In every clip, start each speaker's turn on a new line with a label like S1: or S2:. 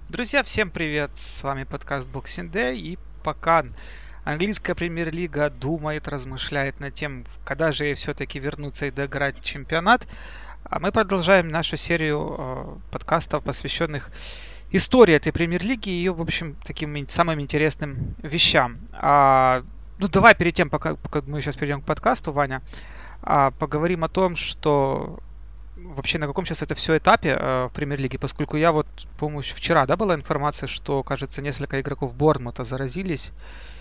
S1: Друзья, всем привет! С вами подкаст Boxing Day. И пока английская премьер-лига думает, размышляет над тем, когда же ей все-таки вернуться и доиграть чемпионат, а мы продолжаем нашу серию подкастов, посвященных истории этой премьер-лиги и ее, в общем, таким самым интересным вещам. Давай перед тем, пока мы сейчас перейдем к подкасту, Ваня, поговорим о том, что вообще на каком сейчас это все этапе в премьер-лиге, поскольку я вот, по-моему, вчера, да, была информация, что, кажется, несколько игроков Борнмута заразились.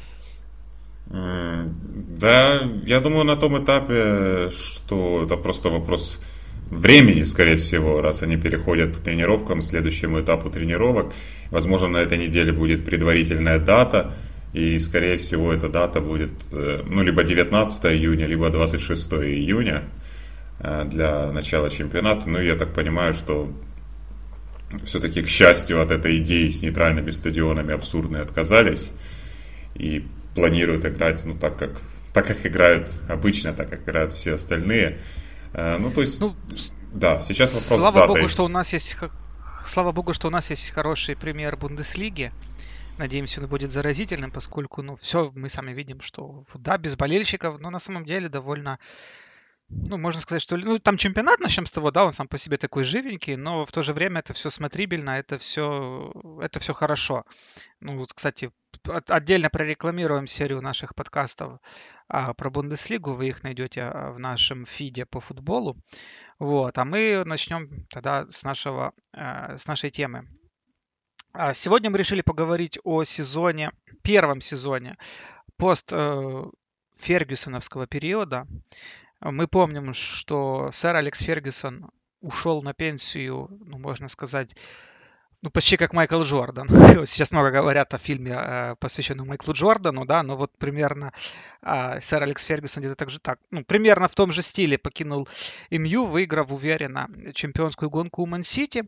S2: Да, я думаю, на том этапе, что это просто вопрос времени, скорее всего, раз они переходят к тренировкам, к следующему этапу тренировок. Возможно, на этой неделе будет предварительная дата, и, скорее всего, эта дата будет, либо 19 июня, либо 26 июня для начала чемпионата. Я так понимаю, что все-таки, к счастью, от этой идеи с нейтральными стадионами абсурдные отказались и планируют играть, так как играют обычно, так как играют все остальные. Да, сейчас вопрос с датой.
S1: Слава богу, что у нас есть хороший пример Бундеслиги. Надеемся, он будет заразительным, поскольку, все мы сами видим, что, да, без болельщиков, но на самом деле довольно... можно сказать, что там чемпионат, начнем с того, да, он сам по себе такой живенький, но в то же время это все смотрибельно, это все хорошо. Кстати, отдельно прорекламируем серию наших подкастов про Бундеслигу, вы их найдете в нашем фиде по футболу. А мы начнем тогда с нашей темы. Сегодня мы решили поговорить о первом сезоне пост-фергюсоновского периода. Мы помним, что сэр Алекс Фергюсон ушел на пенсию, можно сказать, почти как Майкл Джордан. Сейчас много говорят о фильме, посвященном Майклу Джордану, да, но вот примерно сэр Алекс Фергюсон где-то примерно в том же стиле покинул МЮ, выиграв уверенно чемпионскую гонку у Ман-Сити.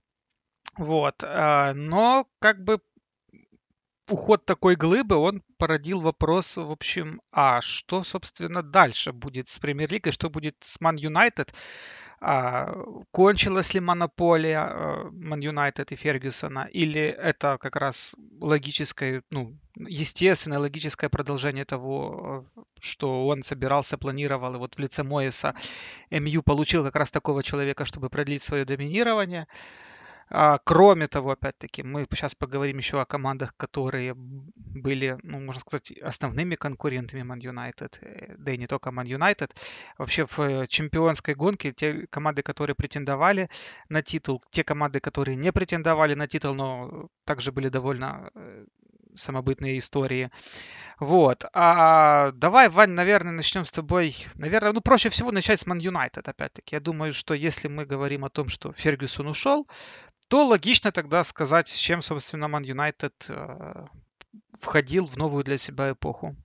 S1: Но уход такой глыбы, он породил вопрос, в общем, что, собственно, дальше будет с Премьер-лигой, что будет с Ман Юнайтед, кончилась ли монополия Ман Юнайтед и Фергюсона, или это как раз естественное логическое продолжение того, что он собирался, планировал, и вот в лице Моэса МЮ получил как раз такого человека, чтобы продлить свое доминирование. Кроме того, опять-таки, мы сейчас поговорим еще о командах, которые были, можно сказать, основными конкурентами Ман Юнайтед, да и не только Ман Юнайтед. Вообще в чемпионской гонке те команды, которые претендовали на титул, те команды, которые не претендовали на титул, но также были довольно самобытные истории. Давай, Вань, наверное, начнем с тобой. Наверное, проще всего начать с Ман Юнайтед, опять-таки. Я думаю, что если мы говорим о том, что Фергюсон ушел, то логично тогда сказать, с чем, собственно, Ман Юнайтед входил в новую для себя эпоху.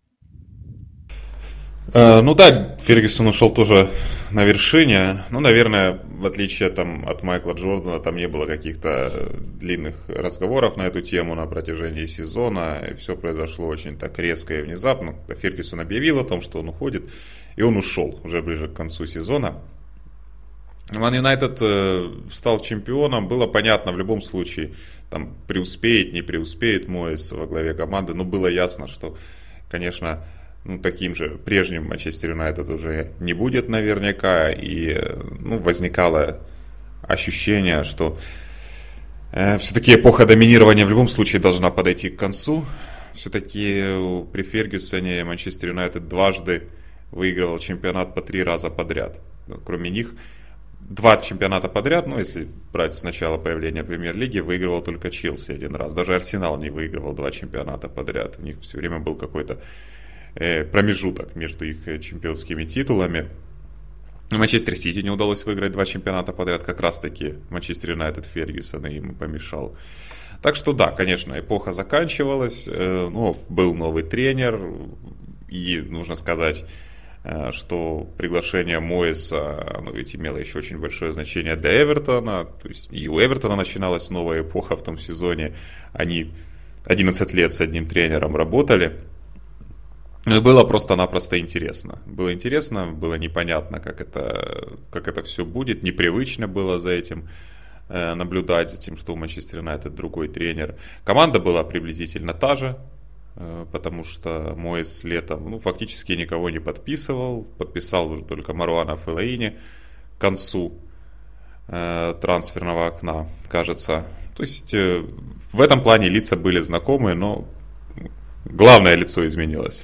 S2: Да, Фергюсон ушел тоже на вершине. Наверное, в отличие от Майкла Джордана, там не было каких-то длинных разговоров на эту тему на протяжении сезона. И все произошло очень так резко и внезапно. Фергюсон объявил о том, что он уходит, и он ушел уже ближе к концу сезона. Ман Юнайтед стал чемпионом, было понятно в любом случае, там преуспеет, не преуспеет Моэс во главе команды, но было ясно, что, конечно, таким же прежним Манчестер Юнайтед уже не будет наверняка, и возникало ощущение, что все-таки эпоха доминирования в любом случае должна подойти к концу. Все-таки при Фергюсоне Манчестер Юнайтед дважды выигрывал чемпионат по 3 раза подряд. Кроме них 2 чемпионата подряд, если брать с начала появления Премьер-лиги, выигрывал только Челси 1 раз. Даже Арсенал не выигрывал 2 чемпионата подряд. У них все время был какой-то промежуток между их чемпионскими титулами. Манчестер Сити не удалось выиграть 2 чемпионата подряд, как раз таки Манчестер Юнайтед Фергюсона им помешал. Так что да, конечно, эпоха заканчивалась, но был новый тренер, и нужно сказать, что приглашение Моэса, ведь имело еще очень большое значение для Эвертона, то есть и у Эвертона начиналась новая эпоха в том сезоне, они 11 лет с одним тренером работали, и было просто-напросто интересно. Было интересно, было непонятно, как это все будет, непривычно было за этим наблюдать за тем, что у Манчестер Юнайтед другой тренер. Команда была приблизительно та же, потому что Моэс летом фактически никого не подписывал. Подписал уже только Маруана Фелаини к концу трансферного окна, кажется. То есть в этом плане лица были знакомые, но главное лицо изменилось.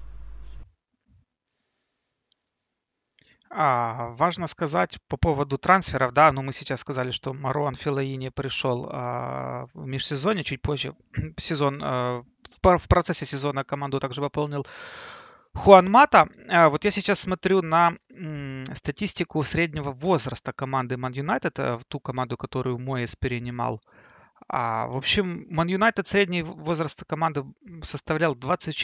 S1: Важно сказать по поводу трансферов, да, мы сейчас сказали, что Маруан Фелаини пришел в межсезонье, чуть позже сезон, в процессе сезона команду также выполнил Хуан Мата. Вот я сейчас смотрю на статистику среднего возраста команды Man United, ту команду, которую Моэс перенимал. В общем, Man United средний возраст команды составлял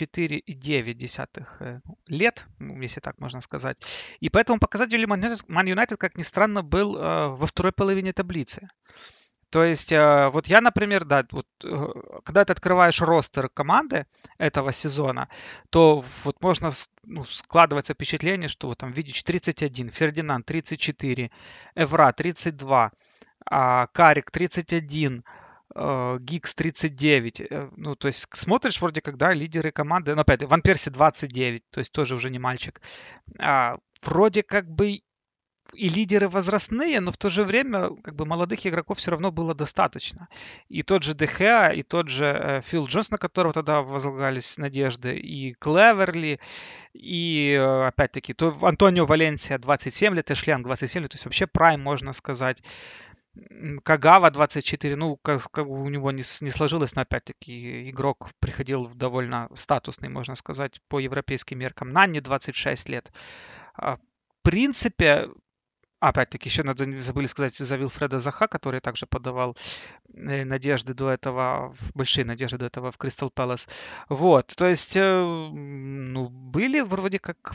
S1: 24,9 лет, если так можно сказать. И по этому показателю Man United, как ни странно, был во второй половине таблицы. То есть, вот я, например, да, вот, когда ты открываешь ростер команды этого сезона, то вот можно складывается впечатление, что вот там Видич 31, Фердинанд 34, Эвра 32, Карик 31, Гикс 39. То есть смотришь вроде как, да, лидеры команды, но опять Ван Перси 29, то есть тоже уже не мальчик. Вроде как бы и лидеры возрастные, но в то же время как бы молодых игроков все равно было достаточно. И тот же Де Геа, и тот же Фил Джонс, на которого тогда возлагались надежды, и Клеверли, и опять-таки то Антонио Валенсия 27 лет, Эшли Янг 27 лет, то есть вообще прайм, можно сказать. Кагава 24, как у него не сложилось, но опять-таки игрок приходил в довольно статусный, можно сказать, по европейским меркам. Нанни 26 лет. В принципе, опять-таки, еще забыли сказать за Вильфреда Заха, который также подавал надежды до этого, большие надежды до этого в Кристал Пэлас. Вот, то есть, были вроде как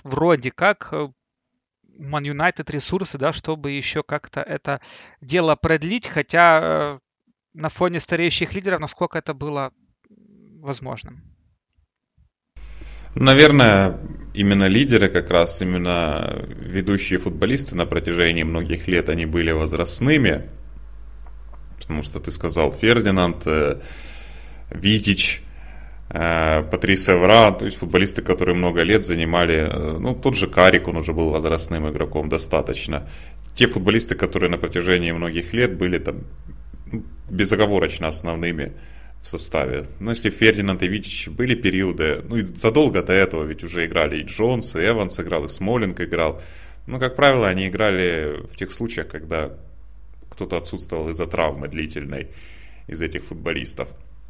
S1: Man United ресурсы, да, чтобы еще как-то это дело продлить, хотя на фоне стареющих лидеров, насколько это было возможным.
S2: Наверное, именно лидеры, как раз именно ведущие футболисты на протяжении многих лет, они были возрастными, потому что ты сказал Фердинанд, Витич, Патрис Эвра, то есть футболисты, которые много лет занимали, тот же Карик, он уже был возрастным игроком достаточно. Те футболисты, которые на протяжении многих лет были там безоговорочно основными в составе. Но если Фердинанд и Витич были периоды, и задолго до этого ведь уже играли и Джонс, и Эванс играл, и Смолинг играл. Как правило, они играли в тех случаях, когда кто-то отсутствовал из-за травмы длительной из этих футболистов.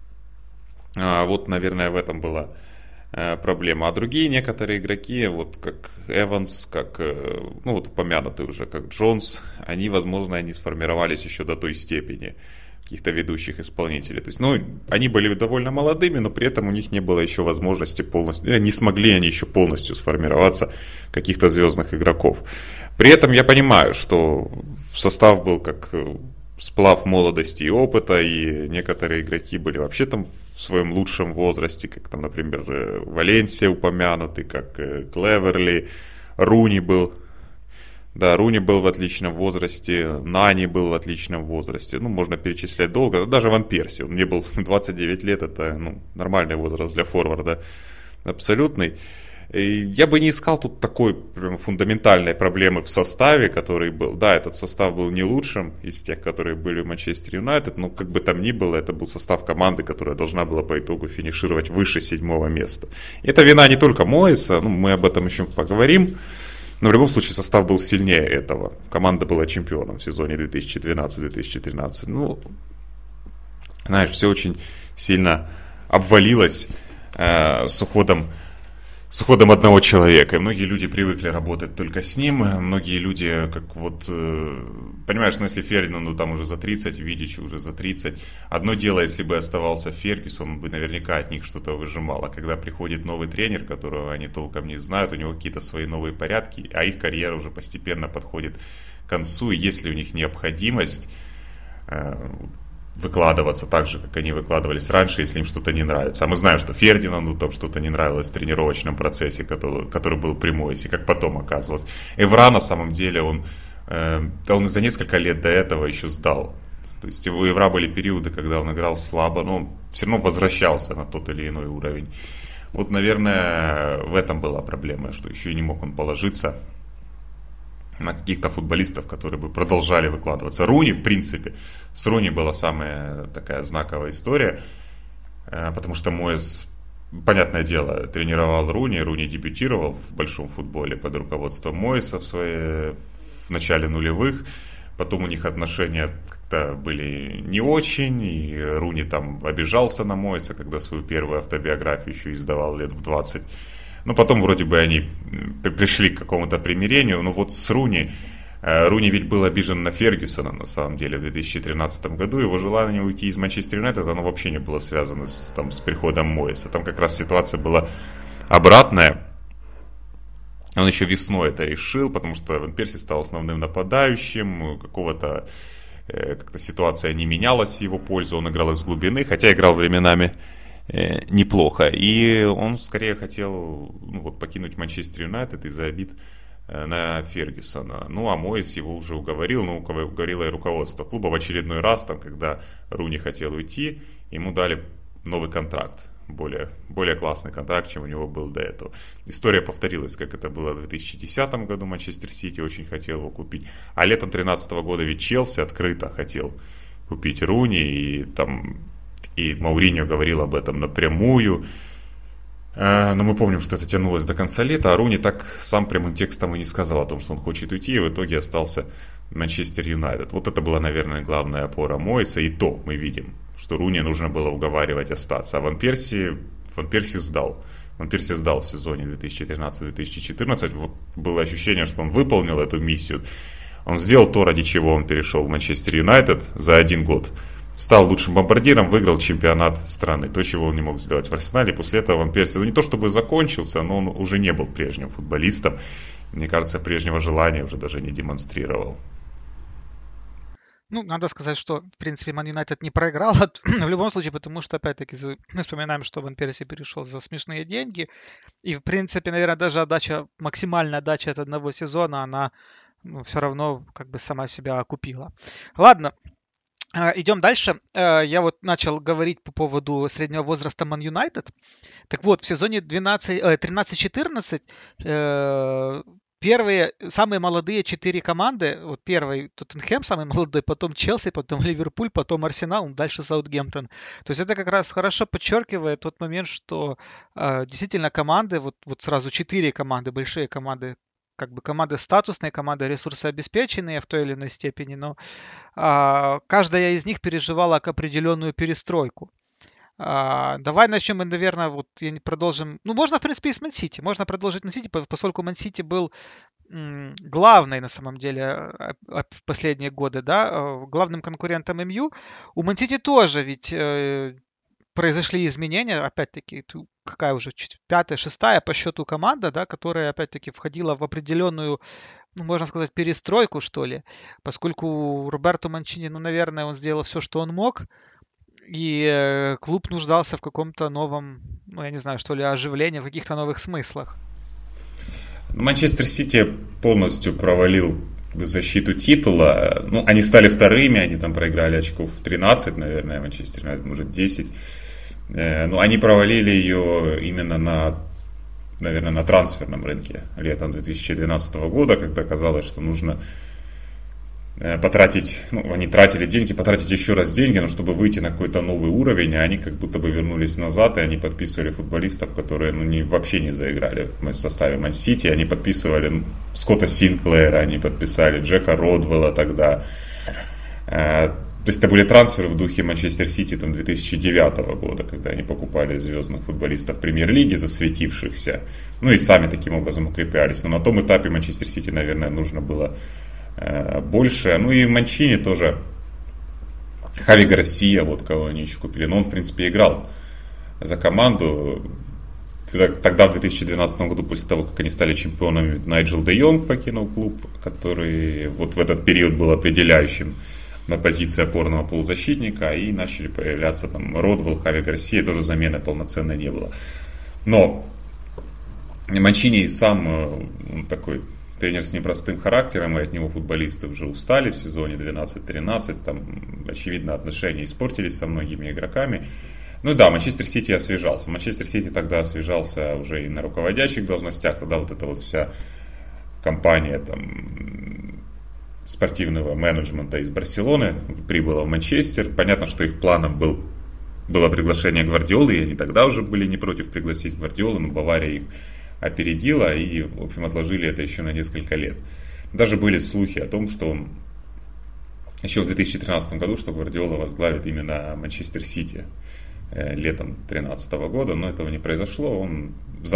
S2: Вот, наверное, в этом была проблема. А другие некоторые игроки, вот как Эванс, как, упомянутый уже, как Джонс, они, возможно, не сформировались еще до той степени каких-то ведущих исполнителей. То есть, они были довольно молодыми, но при этом у них не было еще возможности полностью, не смогли они еще полностью сформироваться каких-то звездных игроков. При этом я понимаю, что состав был как сплав молодости и опыта, и некоторые игроки были вообще там в своем лучшем возрасте, как там, например, Валенсия упомянутый, как Клеверли, Руни был. Да, Руни был в отличном возрасте, Нани был в отличном возрасте. Можно перечислять долго. Даже Ван Перси, он мне был 29 лет, это нормальный возраст для форварда, абсолютный. И я бы не искал тут такой прям фундаментальной проблемы в составе, который был. Да, этот состав был не лучшим из тех, которые были в Манчестер Юнайтед, но как бы там ни было, это был состав команды, которая должна была по итогу финишировать выше 7-го места. И это вина не только Моэса, мы об этом еще поговорим. Но в любом случае состав был сильнее этого. Команда была чемпионом в сезоне 2012-2013. Знаешь, все очень сильно обвалилось с уходом одного человека. И многие люди привыкли работать только с ним. Многие люди, понимаешь, если Фердинанду там уже за 30, Видичу уже за 30. Одно дело, если бы оставался Фергюсон, он бы наверняка от них что-то выжимал. А когда приходит новый тренер, которого они толком не знают, у него какие-то свои новые порядки, а их карьера уже постепенно подходит к концу. И если у них необходимость выкладываться так же, как они выкладывались раньше, если им что-то не нравится. А мы знаем, что Фердинанду там что-то не нравилось в тренировочном процессе, который был прямой, и как потом оказывалось. Эвра, на самом деле, он за несколько лет до этого еще сдал То есть у Евра были периоды, когда он играл слабо, но он все равно возвращался на тот или иной уровень. Вот, наверное, в этом была проблема, что еще и не мог он положиться на каких-то футболистов, которые бы продолжали выкладываться. Руни, в принципе, с Руни была самая такая знаковая история, потому что Моэс, понятное дело, тренировал Руни дебютировал в большом футболе под руководством Моэса в начале нулевых. Потом у них отношения как-то были не очень, и Руни там обижался на Моэса, когда свою первую автобиографию еще издавал лет в 20. Но потом вроде бы они пришли к какому-то примирению. Но вот с Руни ведь был обижен на Фергюсона, на самом деле, в 2013 году. Его желание уйти из Манчестер Юнайтед, оно вообще не было связано с приходом Моэса. Там как раз ситуация была обратная. Он еще весной это решил, потому что Ван Перси стал основным нападающим, как-то ситуация не менялась в его пользу, он играл из глубины, хотя играл временами неплохо. И он скорее хотел покинуть Манчестер Юнайтед из-за обид на Фергюсона. А Моэс его уже уговорил, уговорило и руководство клуба в очередной раз, когда Руни хотел уйти, ему дали новый контракт. Более классный контракт, чем у него был до этого. История повторилась, как это было в 2010 году. Манчестер Сити очень хотел его купить. А летом 2013 года ведь Челси открыто хотел купить Руни. И Мауриньо говорил об этом напрямую. Но мы помним, что это тянулось до конца лета. А Руни так сам прямым текстом и не сказал о том, что он хочет уйти. И в итоге остался в Манчестер Юнайтед. Вот это была, наверное, главная опора Моэса. И то мы видим, что Руни нужно было уговаривать остаться. А Ван Перси сдал. Ван Перси сдал в сезоне 2013-2014. Вот было ощущение, что он выполнил эту миссию. Он сделал то, ради чего он перешел в Манчестер Юнайтед за 1 год. Стал лучшим бомбардиром, выиграл чемпионат страны. То, чего он не мог сделать в Арсенале. После этого Ван Перси, не то чтобы закончился, но он уже не был прежним футболистом. Мне кажется, прежнего желания уже даже не демонстрировал.
S1: Надо сказать, что, в принципе, Ман Юнайтед не проиграл в любом случае, потому что, опять-таки, мы вспоминаем, что Ван Перси перешел за смешные деньги. И, в принципе, наверное, даже максимальная отдача от одного сезона, она все равно как бы сама себя окупила. Ладно, идем дальше. Я вот начал говорить по поводу среднего возраста Ман Юнайтед. Так вот, в сезоне 13-14 первые, самые молодые 4 команды, вот первый Тоттенхэм самый молодой, потом Челси, потом Ливерпуль, потом Арсенал, дальше Саутгемптон. То есть это как раз хорошо подчеркивает тот момент, что действительно команды, вот сразу 4 команды, большие команды, как бы команды статусные, команды ресурсообеспеченные в той или иной степени, но каждая из них переживала определенную перестройку. Давай начнем, наверное, продолжим. Можно, в принципе, и с Ман-Сити. Можно продолжить Ман-Сити, поскольку Ман-Сити был главной, на самом деле, в последние годы, да, главным конкурентом МЮ. У Ман-Сити тоже ведь произошли изменения, опять-таки, какая уже 5-я, 6-я по счету команда, да, которая, опять-таки, входила в определенную, можно сказать, перестройку, что ли, поскольку Роберто Манчини, наверное, он сделал все, что он мог, и клуб нуждался в каком-то новом, я не знаю, что ли, оживлении, в каких-то новых смыслах.
S2: Манчестер Сити полностью провалил защиту титула. Они стали вторыми, они там проиграли очков 13, наверное, Манчестер Юнайтед, может 10. Но они провалили ее именно на трансферном рынке летом 2012 года, когда казалось, что нужно потратить, они тратили деньги, потратить еще раз деньги, но чтобы выйти на какой-то новый уровень, а они как будто бы вернулись назад, и они подписывали футболистов, которые вообще не заиграли в составе Ман-Сити. Они подписывали Скотта Синклера, они подписали Джека Родвелла тогда. То есть это были трансферы в духе Манчестер Сити 2009 года, когда они покупали звездных футболистов премьер-лиги, засветившихся, и сами таким образом укреплялись. Но на том этапе Манчестер Сити, наверное, нужно было больше. И Манчини тоже. Хави Гарсия, кого они еще купили. Но он, в принципе, играл за команду. Тогда, в 2012 году, после того, как они стали чемпионами, Найджел де Йонг покинул клуб, который в этот период был определяющим на позиции опорного полузащитника. И начали появляться там Родвелл, Хави Гарсия. Тоже замены полноценной не было. Но Манчини сам такой тренер с непростым характером, и от него футболисты уже устали в сезоне 12-13, там, очевидно, отношения испортились со многими игроками. Ну да, Манчестер Сити освежался. Манчестер Сити тогда освежался уже и на руководящих должностях, тогда вот эта вот вся компания там спортивного менеджмента из Барселоны прибыла в Манчестер. Понятно, что их планом было приглашение Гвардиолы, и они тогда уже были не против пригласить Гвардиолу, но Бавария их опередила и, в общем, отложили это еще на несколько лет. Даже были слухи о том, что еще в 2013 году, что Гвардиола возглавит именно Манчестер Сити летом 2013 года, но этого не произошло. Он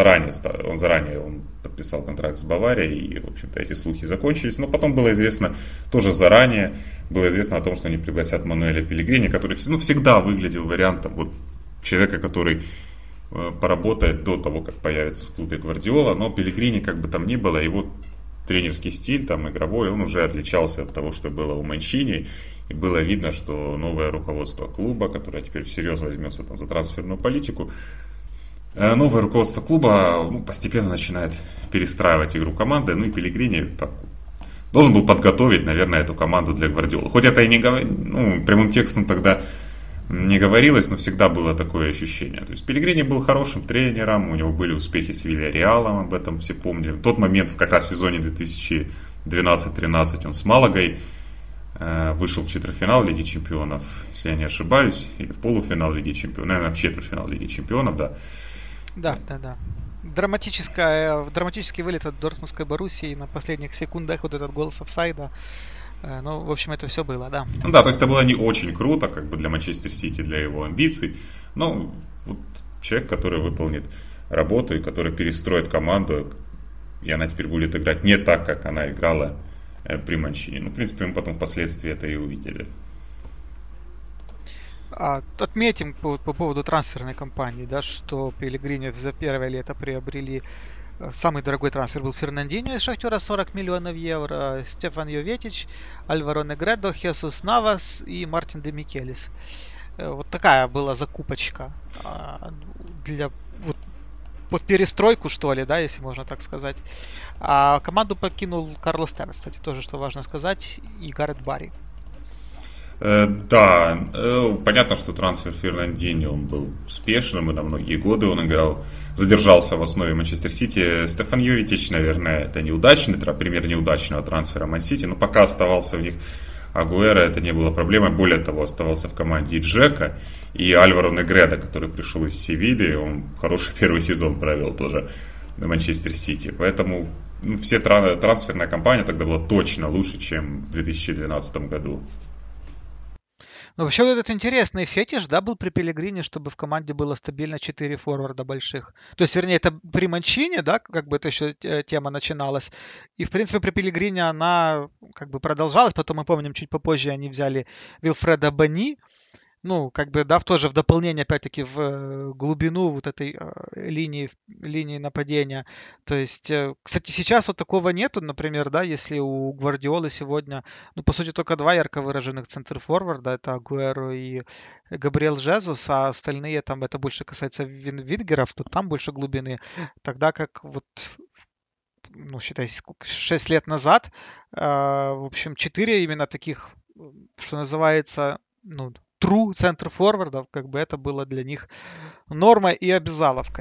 S2: заранее подписал контракт с Баварией, и, в общем-то, эти слухи закончились. Но потом было известно тоже заранее, было известно о том, что они пригласят Мануэля Пеллегрини, который всегда выглядел вариантом вот человека, который поработает до того, как появится в клубе Гвардиола. Но Пеллегрини, как бы там ни было, его тренерский стиль, там, игровой, он уже отличался от того, что было у Манчини. И было видно, что новое руководство клуба, которое теперь всерьез возьмется там за трансферную политику, новое руководство клуба постепенно начинает перестраивать игру команды. Ну и Пеллегрини так должен был подготовить, наверное, эту команду для Гвардиолы. Хоть это и не прямым текстом тогда не говорилось, но всегда было такое ощущение. То есть Пеллегрини был хорошим тренером, у него были успехи с Вильярреалом, об этом все помнили. В тот момент, как раз в сезоне 2012-13, он с Малагой вышел в четвертьфинал Лиги Чемпионов, если я не ошибаюсь, или в полуфинал Лиги Чемпионов, наверное, в четвертьфинал Лиги Чемпионов, да.
S1: Да. Драматический вылет от Дортмундской Боруссии на последних секундах, вот этот гол с офсайда. Ну, в общем, это все было, да.
S2: Ну да, то есть это было не очень круто, как бы для Манчестер Сити, для его амбиций. Но вот человек, который выполнит работу и который перестроит команду, и она теперь будет играть не так, как она играла при Манчини. Ну, в принципе, мы потом впоследствии это и увидели.
S1: Отметим по поводу трансферной кампании, да, что Пеллегрини за первое лето приобрели. Самый дорогой трансфер был Фернандиньо из Шахтера, 40 миллионов евро, Стефан Йоветич, Альваро Негредо, Хесус Навас и Мартин де Микелис. Вот такая была закупочка для под перестройку, что ли, да, если можно так сказать. А команду покинул Карлос Тевес, кстати, тоже, что важно сказать, и Гарет Барри.
S2: Да, понятно, что трансфер Фернандиньо, он был успешным, и на многие годы он задержался в основе Манчестер Сити. Стефан Йовитич, наверное, это пример неудачного трансфера Ман-Сити, но пока оставался в них Агуэро, это не было проблемой. Более того, оставался в команде и Джека, и Альваро Негредо, который пришел из Севильи, он хороший первый сезон провел тоже на Манчестер Сити. Поэтому трансферная кампания тогда была точно лучше, чем в 2012 году.
S1: Ну, вообще, вот этот интересный фетиш, да, был при Пеллегрине, чтобы в команде было стабильно 4 форварда больших. То есть, вернее, это при Манчине, да, как бы это еще тема начиналась. И, в принципе, при Пеллегрине она как бы продолжалась. Потом, мы помним, чуть попозже они взяли Вильфреда Бони. Ну, как бы, да, тоже в дополнение, опять-таки, в глубину вот этой линии нападения. То есть, кстати, сейчас вот такого нету, например, да, если у Гвардиолы сегодня, ну, по сути, только два ярко выраженных центрфорварда, это Агуэро и Габриэл Жезус, а остальные, там, это больше касается вингеров, тут там больше глубины. Тогда как вот, ну, считай, 6 лет назад, в общем, 4 именно таких, что называется, ну, true центр форвардов, как бы это было для них нормой и обязаловкой.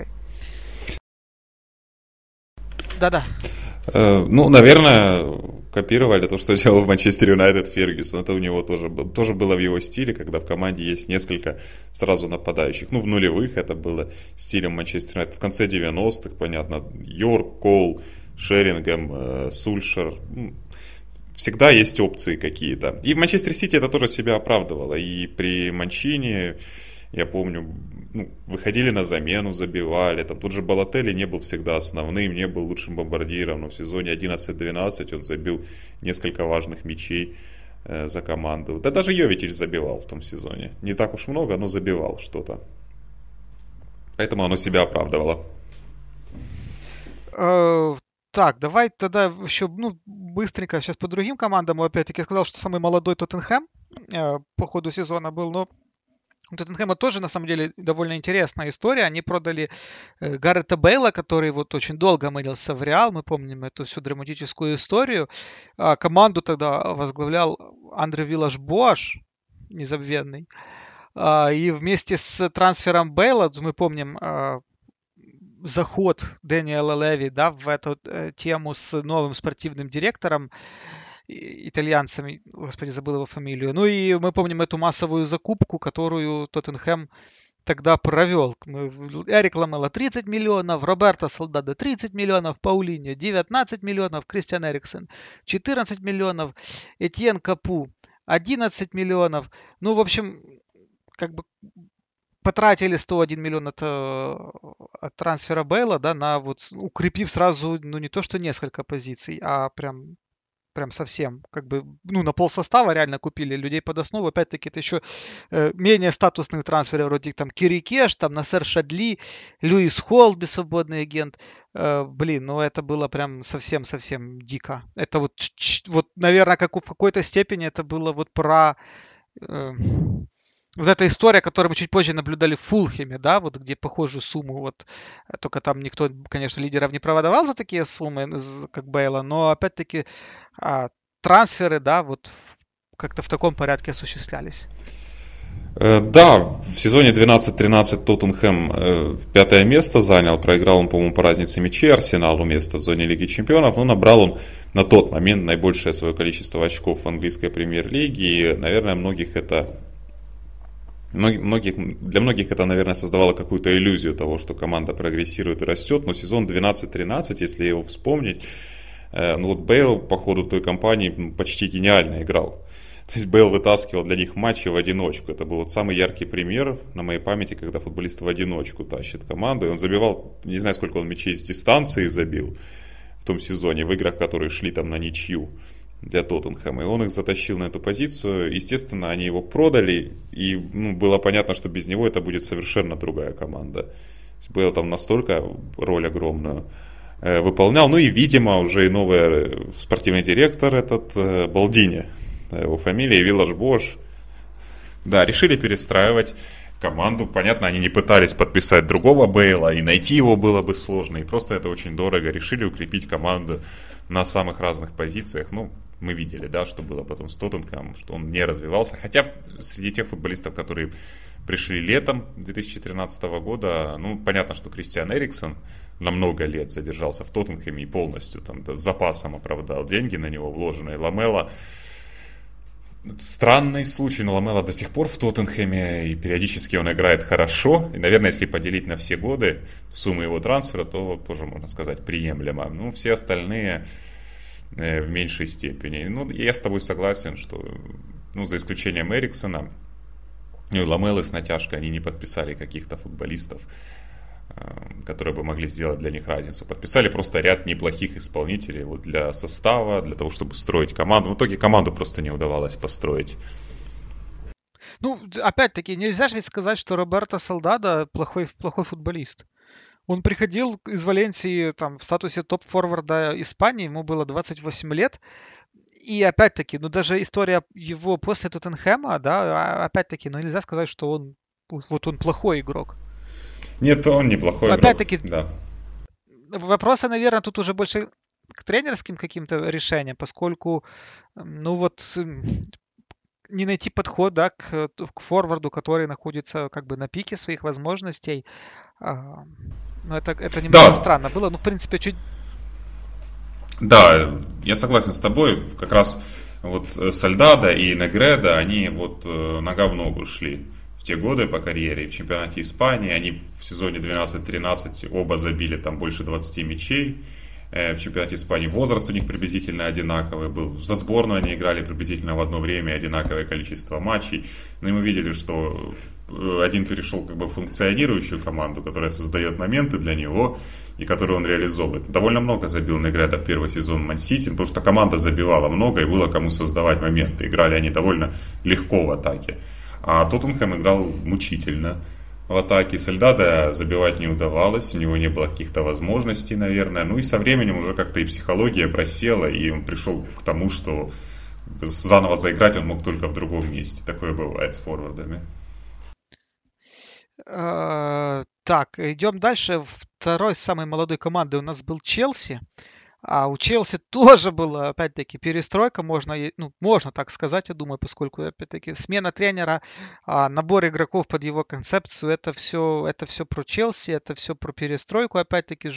S1: Да-да.
S2: Ну, наверное, копировали то, что делал в Манчестер Юнайтед Фергюсон. Это у него тоже было в его стиле, когда в команде есть несколько сразу нападающих. Ну, в нулевых это было стилем Манчестер Юнайтед. В конце 90-х, понятно, Йорк, Кол, Шерингем, Сульшер. Всегда есть опции какие-то. И в Манчестер Сити это тоже себя оправдывало. И при Манчини, я помню, выходили на замену, забивали. Там тот же Балотелли не был всегда основным, не был лучшим бомбардиром. Но в сезоне 11-12 он забил несколько важных мячей за команду. Да даже Йовитич забивал в том сезоне. Не так уж много, но забивал что-то. Поэтому оно себя оправдывало.
S1: Так, давай тогда еще быстренько сейчас по другим командам. Опять-таки я сказал, что самый молодой Тоттенхэм по ходу сезона был, но У Тоттенхэма тоже, на самом деле, довольно интересная история. Они продали Гаррета Бейла, который вот очень долго мылился в Реал. Мы помним эту всю драматическую историю. Команду тогда возглавлял Андре Виллаш-Боаш, незабвенный. И вместе с трансфером Бейла, мы помним заход Дэниела Леви, да, в эту тему с новым спортивным директором, итальянцем, господи, забыл его фамилию. Ну и мы помним эту массовую закупку, которую Тоттенхэм тогда провел. Эрик Ламела 30 миллионов, Роберто Солдадо 30 миллионов, Паулиньо 19 миллионов, Кристиан Эриксен 14 миллионов, Этьен Капу 11 миллионов. Ну, в общем, как бы потратили 101 миллион от трансфера Бейла, да, на вот укрепив сразу, ну, не то что несколько позиций, а прям совсем, как бы, ну, на полсостава реально купили людей под основу. Опять-таки, это еще менее статусные трансферы, вроде там Кири Кеш, там Насер Шадли, Льюис Холл, бессвободный агент. Блин, ну это было прям совсем-совсем дико. Это вот, наверное, как в какой-то степени это было вот про вот эта история, которую мы чуть позже наблюдали в Фулхеме, да, вот где похожую сумму, вот, только там никто, конечно, лидеров не продавал за такие суммы, как Бейла, но опять-таки трансферы, да, вот как-то в таком порядке осуществлялись.
S2: Да, в сезоне 12-13 Тоттенхэм пятое место занял, проиграл он, по-моему, по разнице мячей Арсеналу место в зоне Лиги Чемпионов, но набрал он на тот момент наибольшее свое количество очков в английской премьер-лиге, и, наверное, для многих это, наверное, создавало какую-то иллюзию того, что команда прогрессирует и растет, но сезон 12-13, если его вспомнить, ну вот Бейл по ходу той кампании почти гениально играл. То есть Бейл вытаскивал для них матчи в одиночку. Это был вот самый яркий пример на моей памяти, когда футболист в одиночку тащит команду. И он забивал, не знаю, сколько он мячей с дистанции забил в том сезоне, в играх, которые шли там на ничью для Тоттенхэма. И он их затащил на эту позицию. Естественно, они его продали. И было понятно, что без него это будет совершенно другая команда. Бейл там настолько роль огромную выполнял. Ну и, видимо, уже и новый спортивный директор этот Балдини, его фамилия, Виллаш-Боаш, да, решили перестраивать команду. Понятно, они не пытались подписать другого Бейла, и найти его было бы сложно. И просто это очень дорого. Решили укрепить команду на самых разных позициях. Ну, мы видели, да, что было потом с Тоттенхэмом, что он не развивался. Хотя среди тех футболистов, которые пришли летом 2013 года, ну, понятно, что Кристиан Эриксен на много лет задержался в Тоттенхэме и полностью там с запасом оправдал деньги на него вложенные. Ламела, странный случай, но Ламела до сих пор в Тоттенхэме, и периодически он играет хорошо. И, наверное, если поделить на все годы сумму его трансфера, то тоже, можно сказать, приемлемо. Ну, все остальные в меньшей степени. Ну, я с тобой согласен, что, ну, за исключением Эриксена, ну, и Ламелы с натяжкой, они не подписали каких-то футболистов, которые бы могли сделать для них разницу. Подписали просто ряд неплохих исполнителей вот для состава, для того, чтобы строить команду. В итоге команду просто не удавалось построить.
S1: Ну, опять-таки, нельзя же ведь сказать, что Роберто Солдадо плохой футболист. Он приходил из Валенсии там, в статусе топ-форварда Испании, ему было 28 лет. И опять-таки, ну даже история его после Тоттенхэма, да, опять-таки, ну нельзя сказать, что он плохой игрок.
S2: Нет, он неплохой игрок.
S1: Опять-таки,
S2: да.
S1: Вопросы, наверное, тут уже больше к тренерским каким-то решениям, поскольку, ну вот, не найти подход, да, к форварду, который находится как бы на пике своих возможностей. Ну, это немного странно было. Ну, в принципе, чуть...
S2: Да, я согласен с тобой. Как раз вот Сальдадо и Негредо, они вот нога в ногу шли в те годы по карьере. В чемпионате Испании они в сезоне 12-13 оба забили там больше 20 мячей. В чемпионате Испании возраст у них приблизительно одинаковый был. За сборную они играли приблизительно в одно время, одинаковое количество матчей. Но мы видели, что один перешел как бы в функционирующую команду, которая создает моменты для него и которую он реализовывает. Довольно много забил Негредо в первый сезон Ман-Сити, потому что команда забивала много и было кому создавать моменты. Играли они довольно легко в атаке. А Тоттенхэм играл мучительно в атаке. Сальдадо забивать не удавалось, у него не было каких-то возможностей, наверное. Ну и со временем уже как-то и психология просела, и он пришел к тому, что заново заиграть он мог только в другом месте. Такое бывает с форвардами.
S1: Так, идем дальше. Второй самой молодой командой у нас был Челси. А у Челси тоже была, опять-таки, перестройка, ну, можно так сказать, я думаю, поскольку, опять-таки, смена тренера, набор игроков под его концепцию, это все про Челси, это все про перестройку. Опять-таки,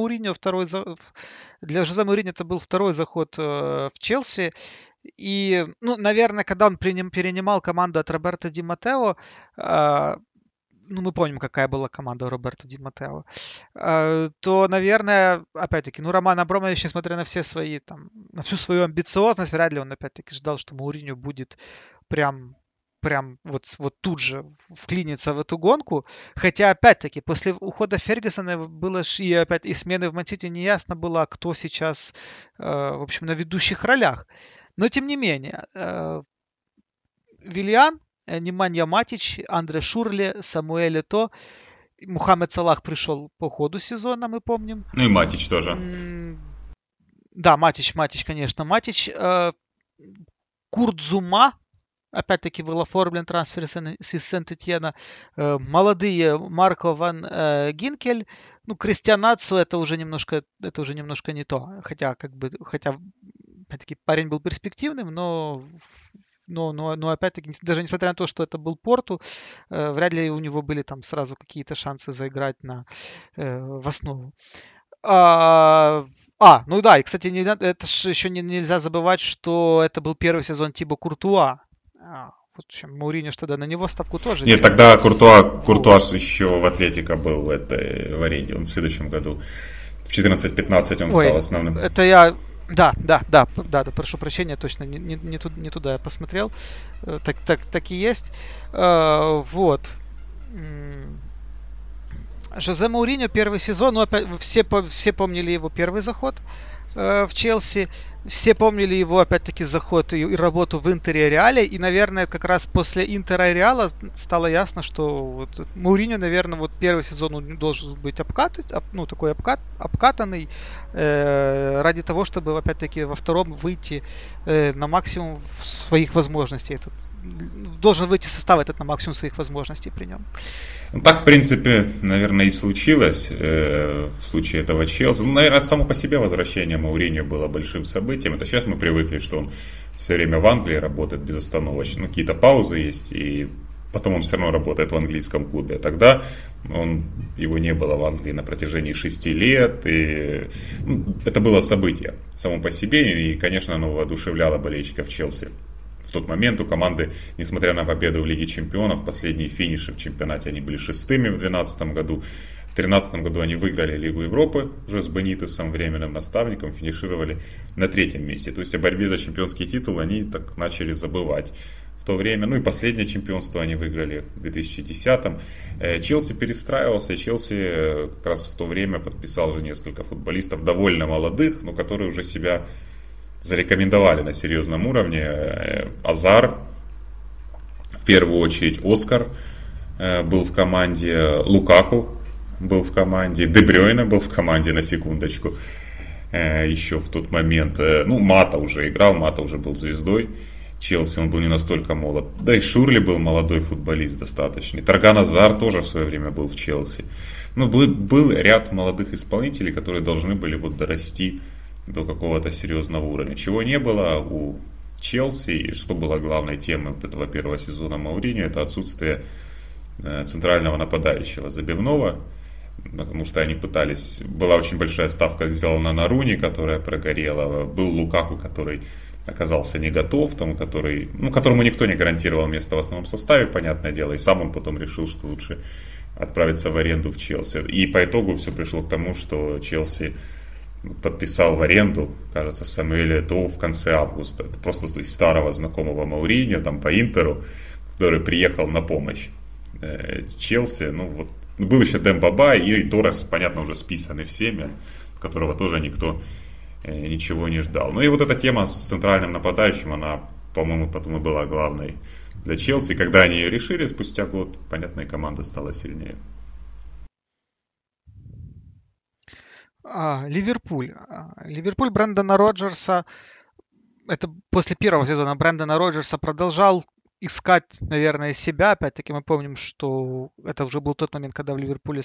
S1: для Жозе Мауриньо это был второй заход в Челси. И, ну, наверное, когда он перенимал команду от Роберто Ди Маттео, а, ну, мы помним, какая была команда у Роберто Ди Маттео, то, наверное, опять-таки, ну, Роман Абрамович, несмотря на все свои, там, на всю свою амбициозность, вряд ли он, опять-таки, ждал, что Мауриньо будет прям вот тут же вклиниться в эту гонку. Хотя, опять-таки, после ухода Фергюсона было и опять и смены в Ман-Сити неясно было, кто сейчас, в общем, на ведущих ролях. Но, тем не менее, Вильян, Неманья Матич, Андре Шурле, Самуэль Это. Мухаммед Салах пришел по ходу сезона, мы помним.
S2: Ну и Матич тоже.
S1: Да, Матич, конечно. Матич. Курт Зума, опять-таки, был оформлен трансфер из Сент-Этьена. Молодые Марко Ван Гинкель. Ну, Кристиан Ацу это уже немножко не то. Хотя, опять-таки, парень был перспективным, но опять-таки, даже несмотря на то, что это был Порту, вряд ли у него были там сразу какие-то шансы заиграть в основу. Ну да, и, кстати, это же еще нельзя забывать, что это был первый сезон Тибо Куртуа. В общем, Мауриньо ж тогда на него ставку тоже
S2: Нет,
S1: делал.
S2: тогда Куртуаз еще в Атлетико был в аренде, он в следующем году. В 14-15 он стал основным.
S1: Это я... Да, прошу прощения, точно не туда я посмотрел. Так и есть. Вот. Жозе Мауриньо первый сезон, ну опять все помнили его первый заход в Челси, все помнили его опять-таки заход и работу в Интере и Реале, и, наверное, как раз после Интера и Реала стало ясно, что вот Мауриньо, наверное, вот первый сезон он должен быть обкатанный ради того, чтобы опять-таки во втором выйти на максимум своих возможностей. Должен выйти состав этот на максимум своих возможностей при нем.
S2: Ну, так, в принципе, наверное, и случилось в случае этого Челси. Ну, наверное, само по себе возвращение Мауриньо было большим событием. Это сейчас мы привыкли, что он все время в Англии работает безостановочно. Ну, какие-то паузы есть, и потом он все равно работает в английском клубе. А тогда его не было в Англии на протяжении 6 лет. И это было событие само по себе. И, конечно, оно воодушевляло болельщиков Челси. В тот момент у команды, несмотря на победу в Лиге Чемпионов, последние финиши в чемпионате они были шестыми в 2012 году. В 2013 году они выиграли Лигу Европы уже с Бенитесом, временным наставником, финишировали на 3-м месте. То есть о борьбе за чемпионский титул они так начали забывать в то время. Ну и последнее чемпионство они выиграли в 2010-м. Челси перестраивался, и Челси как раз в то время подписал уже несколько футболистов довольно молодых, но которые уже себя зарекомендовали на серьезном уровне. Азар, в первую очередь Оскар был в команде, Лукаку был в команде, Де Брёйне был в команде, на секундочку, еще в тот момент. Ну, Мата уже играл, Мата уже был звездой Челси, он был не настолько молод. Да и Шурли был молодой футболист достаточный. Торган Азар тоже в свое время был в Челси. Ну, был ряд молодых исполнителей, которые должны были вот дорасти до какого-то серьезного уровня. Чего не было у Челси, и что было главной темой вот этого первого сезона Мауриньо, это отсутствие центрального нападающего забивного, потому что они пытались, была очень большая ставка сделана на Руни, которая прогорела, был Лукаку, который оказался не готов, которому никто не гарантировал место в основном составе, понятное дело, и сам он потом решил, что лучше отправиться в аренду в Челси. И по итогу все пришло к тому, что Челси подписал в аренду, кажется, Самуэля Этоо в конце августа. Это просто из старого знакомого Мауриньо, там по Интеру, который приехал на помощь Челси. Ну вот, был еще Дембаба и Торрес, понятно, уже списанный всеми, которого тоже никто ничего не ждал. Ну и вот эта тема с центральным нападающим, она, по-моему, потом и была главной для Челси. Когда они ее решили, спустя год, понятно, и команда стала сильнее.
S1: Ливерпуль. Ливерпуль Брэндона Роджерса, это после первого сезона Брэндона Роджерса продолжал искать, наверное, себя. Опять-таки мы помним, что это уже был тот момент, когда в Ливерпуле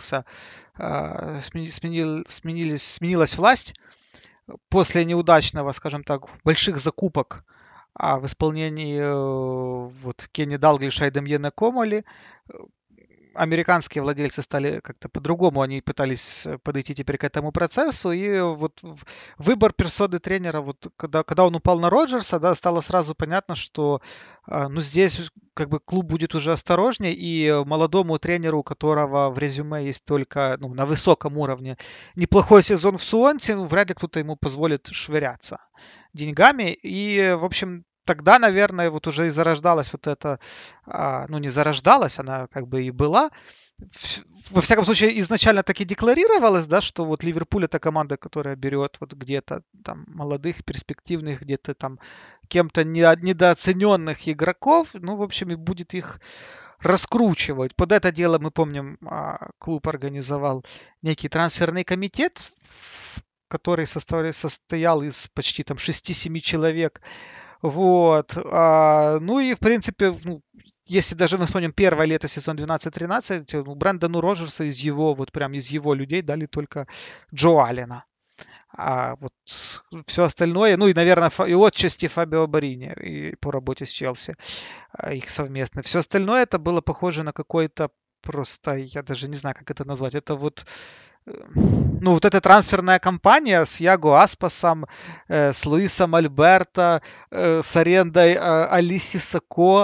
S1: сменилась власть после неудачного, скажем так, больших закупок в исполнении вот Кенни Далглиша и Демьена Комоли. Американские владельцы стали как-то по-другому, они пытались подойти теперь к этому процессу, и вот выбор персоны тренера, вот когда он упал на Роджерса, да, стало сразу понятно, что ну, здесь как бы клуб будет уже осторожнее, и молодому тренеру, у которого в резюме есть только ну, на высоком уровне неплохой сезон в Суонсе, ну, вряд ли кто-то ему позволит швыряться деньгами, и, в общем, тогда, наверное, вот уже и зарождалась вот эта, ну не зарождалась, она как бы и была. Во всяком случае, изначально так и декларировалось, да, что вот Ливерпуль это команда, которая берет вот где-то там молодых, перспективных, где-то там кем-то недооцененных игроков, ну, в общем, и будет их раскручивать. Под это дело, мы помним, клуб организовал некий трансферный комитет, который состоял из почти там 6-7 человек. Вот. Ну и, в принципе, ну, если даже мы вспомним первое лето, сезон 12-13, ну, Брэндону Роджерса из его, вот прям из его людей дали только Джо Аллена. Вот все остальное, ну и, наверное, и отчасти Фабио Борини и по работе с Челси их совместно. Все остальное это было похоже на какой-то просто, я даже не знаю, как это назвать. Это вот ну, вот эта трансферная кампания с Яго Аспасом, с Луисом Альберто, с арендой Алиси Сако,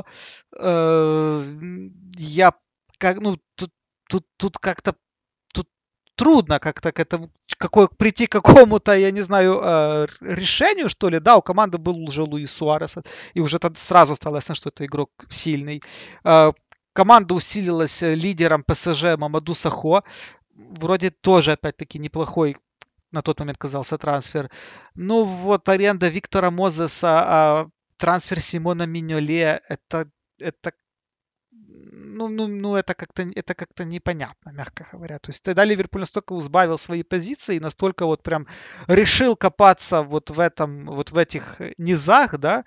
S1: я как, ну, тут как-то тут трудно как-то к этому, прийти к какому-то, я не знаю, решению, что ли. Да, у команды был уже Луис Суарес, и уже тогда сразу стало ясно, что это игрок сильный. Команда усилилась лидером ПСЖ Мамаду Сахо. Вроде тоже, опять-таки, неплохой на тот момент казался трансфер. Ну вот аренда Виктора Мозеса, трансфер Симона Миньоле, это это как-то непонятно, мягко говоря. То есть тогда Ливерпуль настолько избавил свои позиции, настолько вот прям решил копаться вот в этих низах, да,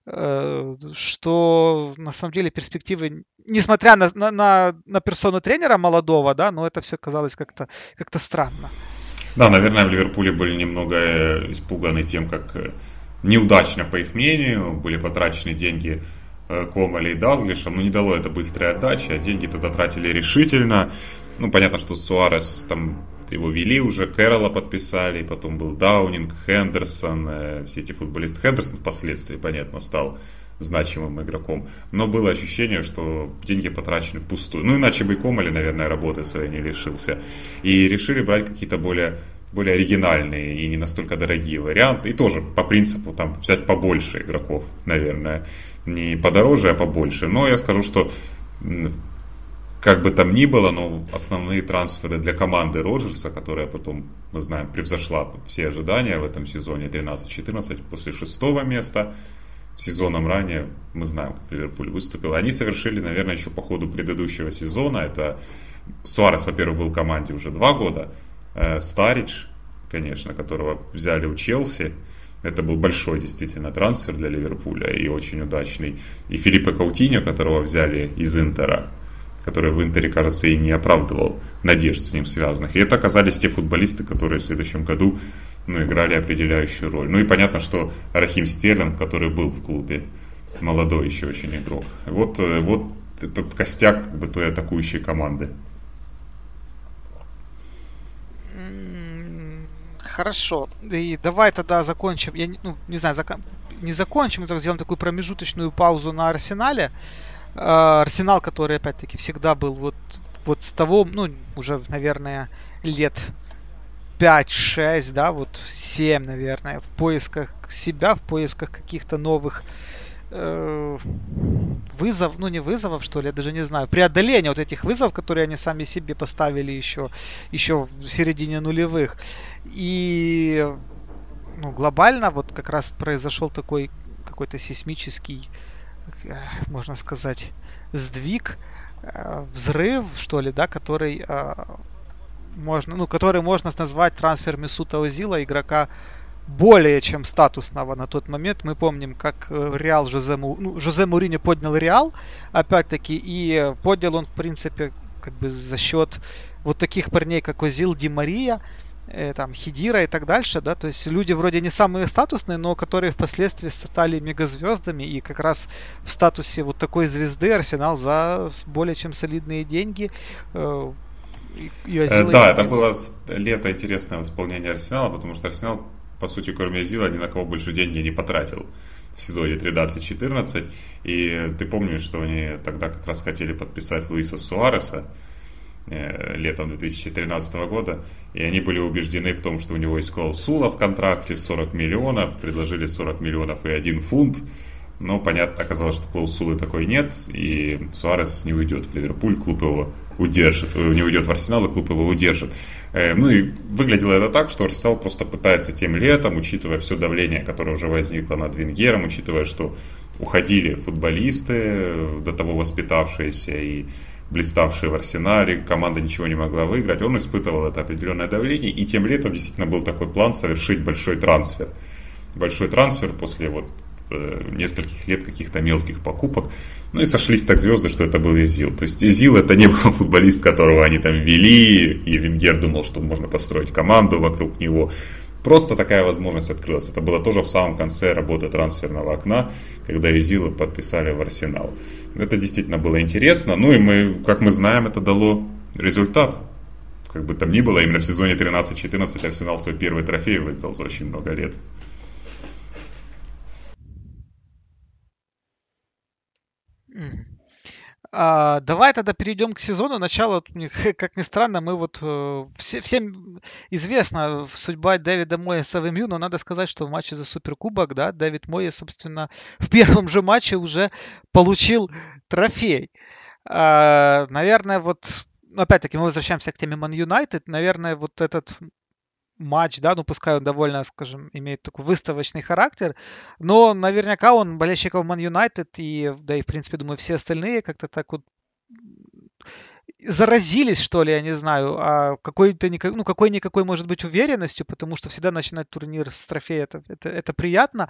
S1: что на самом деле перспективы, несмотря на персону тренера молодого, да, но это все казалось как-то странно.
S2: Да, наверное, в Ливерпуле были немного испуганы тем, как неудачно, по их мнению, были потрачены деньги Комоли и Далглишем, не дало это быстрой отдачи, а деньги тогда тратили решительно. Ну, понятно, что Суарес там его вели уже, Кэрролла подписали, потом был Даунинг, Хендерсон, все эти футболисты. Хендерсон впоследствии, понятно, стал значимым игроком, но было ощущение, что деньги потрачены впустую. Ну, иначе бы и Комоли, наверное, работы своей не лишился. И решили брать какие-то более оригинальные и не настолько дорогие варианты. И тоже по принципу там взять побольше игроков, наверное. Не подороже, а побольше. Но я скажу, что как бы там ни было, но основные трансферы для команды Роджерса, которая потом, мы знаем, превзошла все ожидания в этом сезоне 13-14 после 6-го места. Сезоном ранее, мы знаем, как Ливерпуль выступил. Они совершили, наверное, еще по ходу предыдущего сезона. Это Суарес, во-первых, был в команде уже 2 года. Старидж, конечно, которого взяли у Челси. Это был большой действительно трансфер для Ливерпуля и очень удачный. И Филиппе Каутиньо, которого взяли из Интера, который в Интере, кажется, и не оправдывал надежд с ним связанных. И это оказались те футболисты, которые в следующем году играли определяющую роль. Ну и понятно, что Рахим Стерлинг, который был в клубе, молодой еще очень игрок. Вот этот костяк как бы той атакующей команды.
S1: Хорошо. И давай тогда закончим. Я не знаю, не закончим, мы сделаем такую промежуточную паузу на Арсенале. Арсенал, который, опять-таки, всегда был вот с того, уже, наверное, лет 5-6, да, вот 7, наверное, в поисках себя, в поисках каких-то новых вызов, не вызовов, что ли, я даже не знаю, преодоления вот этих вызовов, которые они сами себе поставили еще в середине нулевых. И глобально вот как раз произошел такой какой-то сейсмический, можно сказать, сдвиг, взрыв, что ли, да, который можно назвать трансфер Месута Озила, игрока более чем статусного на тот момент. Мы помним, как Реал Жозе Мourinho поднял Реал, опять-таки, и поднял он, в принципе, как бы за счет вот таких парней, как Озил, Ди Мария, там, Хидира и так дальше, да, то есть люди вроде не самые статусные, но которые впоследствии стали мегазвездами, и как раз в статусе вот такой звезды Арсенал за более чем солидные деньги и Озила,
S2: Да, это было лето интересное в исполнении Арсенала, потому что Арсенал, по сути, кроме Озила, ни на кого больше деньги не потратил в сезоне 13-14. И ты помнишь, что они тогда как раз хотели подписать Луиса Суареса летом 2013 года, и они были убеждены в том, что у него есть клаусула в контракте в 40 миллионов, предложили 40 миллионов и 1 фунт, но, понятно, оказалось, что клаусулы такой нет, и Суарес не уйдет в Ливерпуль, клуб его удержит, не уйдет в Арсенал, и клуб его удержит. Ну и выглядело это так, что Арсенал просто пытается тем летом, учитывая все давление, которое уже возникло над Венгером, учитывая, что уходили футболисты, до того воспитавшиеся и блиставшие в Арсенале, команда ничего не могла выиграть, он испытывал это определенное давление, и тем летом действительно был такой план совершить большой трансфер. Большой трансфер после вот нескольких лет каких-то мелких покупок. Ну и сошлись так звезды, что это был Эзил. То есть Эзил это не был футболист, которого они там вели, и Венгер думал, что можно построить команду вокруг него. Просто такая возможность открылась. Это было тоже в самом конце работы трансферного окна, когда Эзила подписали в Арсенал. Это действительно было интересно. Ну и как мы знаем, это дало результат. Как бы там ни было, именно в сезоне 13-14 Арсенал свой первый трофей выиграл за очень много лет.
S1: Давай тогда перейдем к сезону. Начало, как ни странно, мы вот всем известна судьба Дэвида Моеса в МЮ, но надо сказать, что в матче за Суперкубок, да, Дэвид Моес, собственно, в первом же матче уже получил трофей. Наверное, вот, опять-таки, мы возвращаемся к теме Man United. Наверное, вот этот матч, да, ну пускай он довольно, скажем, имеет такой выставочный характер, но наверняка он болельщиков Man United и, да и в принципе, думаю, все остальные как-то так вот заразились, что ли, я не знаю, какой-то, ну, какой-никакой, может быть, уверенностью, потому что всегда начинать турнир с трофея, это приятно,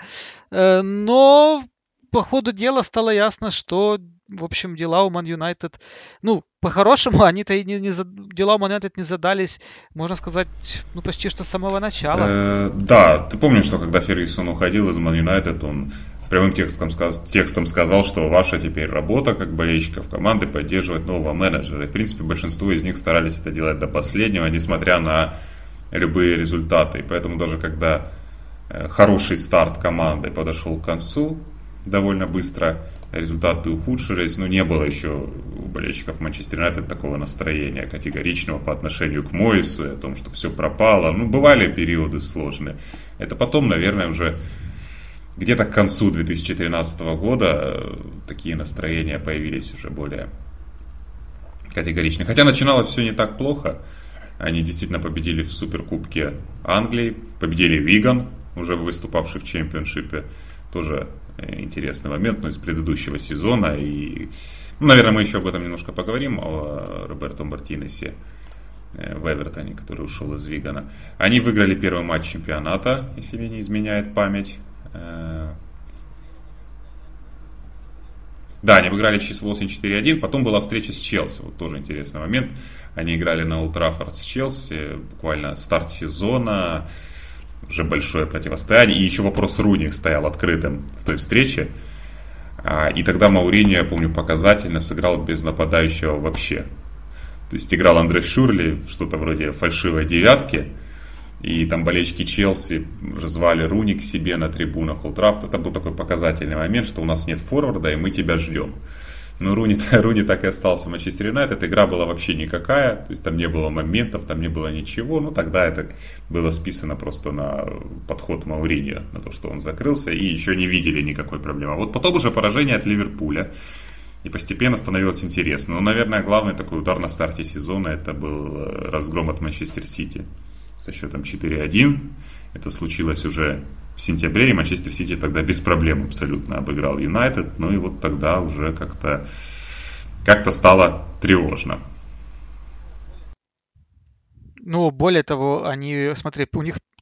S1: но по ходу дела стало ясно, что, в общем, дела у Man United, ну, по-хорошему, они-то и дела у Man United не задались, можно сказать, ну, почти что с самого начала.
S2: Да, ты помнишь, что когда Фергюсон уходил из Man United, он прямым текстом сказал, что ваша теперь работа как болельщиков команды поддерживать нового менеджера. И, в принципе, большинство из них старались это делать до последнего, несмотря на любые результаты. И поэтому даже когда хороший старт команды подошел к концу, довольно быстро результаты ухудшились, но не было еще у болельщиков Манчестер Юнайтед такого настроения категоричного по отношению к Моису, о том, что все пропало. Ну, бывали периоды сложные. Это потом, наверное, уже где-то к концу 2013 года такие настроения появились уже более категоричные. Хотя начиналось все не так плохо. Они действительно победили в Суперкубке Англии, победили Виган, уже выступавший в чемпионшипе. Тоже интересный момент, но из предыдущего сезона. И, ну, наверное, мы еще об этом немножко поговорим, о Роберто Мартинесе в Эвертоне, который ушел из Вигана. Они выиграли первый матч чемпионата, если мне не изменяет память. Да, они выиграли число 4-1, потом была встреча с Челси, вот тоже интересный момент. Они играли на Олд Траффорд с Челси, буквально старт сезона, уже большое противостояние. И еще вопрос Руни стоял открытым в той встрече. И тогда Мауриньо, я помню, показательно сыграл без нападающего вообще. То есть играл Андре Шюрли, что-то вроде фальшивой девятки. И там болельщики Челси звали Руни к себе на трибунах Олд Траффорд. Это был такой показательный момент, что у нас нет форварда, и мы тебя ждем. Но Руни так и остался в Манчестер Юнайтед. Игра была вообще никакая. То есть там не было моментов, там не было ничего. Ну тогда это было списано просто на подход Мауриньо, на то, что он закрылся. И еще не видели никакой проблемы. А вот потом уже поражение от Ливерпуля. И постепенно становилось интересно. Но, наверное, главный такой удар на старте сезона — это был разгром от Манчестер Сити со счетом 4-1. Это случилось уже в сентябре, и Манчестер Сити тогда без проблем абсолютно обыграл Юнайтед. Ну и вот тогда уже как-то стало тревожно.
S1: Ну, более того, они, смотри, у них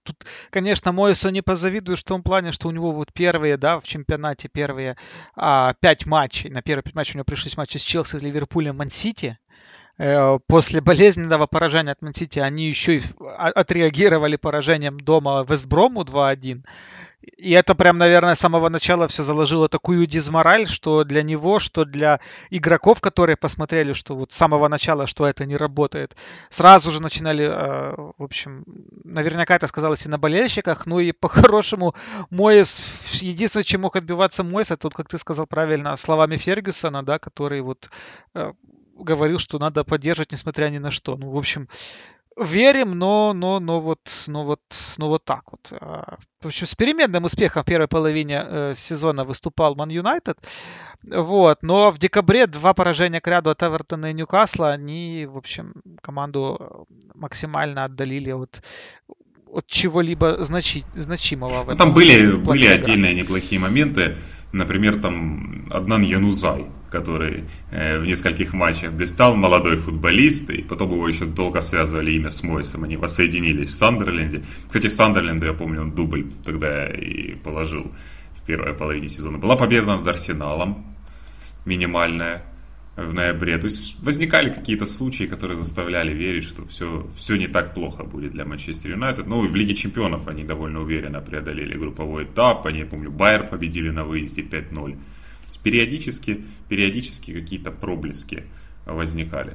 S1: тут, конечно, Моису не позавидуешь в том плане, что у него вот первые, да, в чемпионате первые 5 матчей, на первые 5 матчей у него пришлись матчи с Челси, с Ливерпулем, Ман-Сити. После болезненного поражения от Ман-Сити они еще и отреагировали поражением дома Вестброму 2-1. И это прям, наверное, с самого начала все заложило такую дизмораль, что для него, что для игроков, которые посмотрели, что вот с самого начала, что это не работает, сразу же начинали, в общем, наверняка это сказалось и на болельщиках, ну и по-хорошему Моэс, единственное, чем мог отбиваться Моэс, это, вот, как ты сказал правильно, словами Фергюсона, да, который вот говорил, что надо поддерживать, несмотря ни на что. Ну, в общем, верим, но вот так вот. В общем, с переменным успехом в первой половине сезона выступал Ман Юнайтед. Вот. Но в декабре 2 поражения к ряду от Эвертона и Ньюкасла, они, в общем, команду максимально отдалили от чего-либо значимого.
S2: Ну, там были отдельные неплохие моменты. Например, там Аднан Янузай, который в нескольких матчах блистал, молодой футболист, и потом его еще долго связывали имя с Мойсом, они воссоединились в Сандерленде. Кстати, Сандерленду, я помню, он дубль тогда и положил в первой половине сезона. Была победа над Арсеналом, минимальная, в ноябре. То есть возникали какие-то случаи, которые заставляли верить, что все не так плохо будет для Манчестер Юнайтед. Ну и в Лиге Чемпионов они довольно уверенно преодолели групповой этап. Они, я помню, Байер победили на выезде 5-0. Периодически какие-то проблески возникали.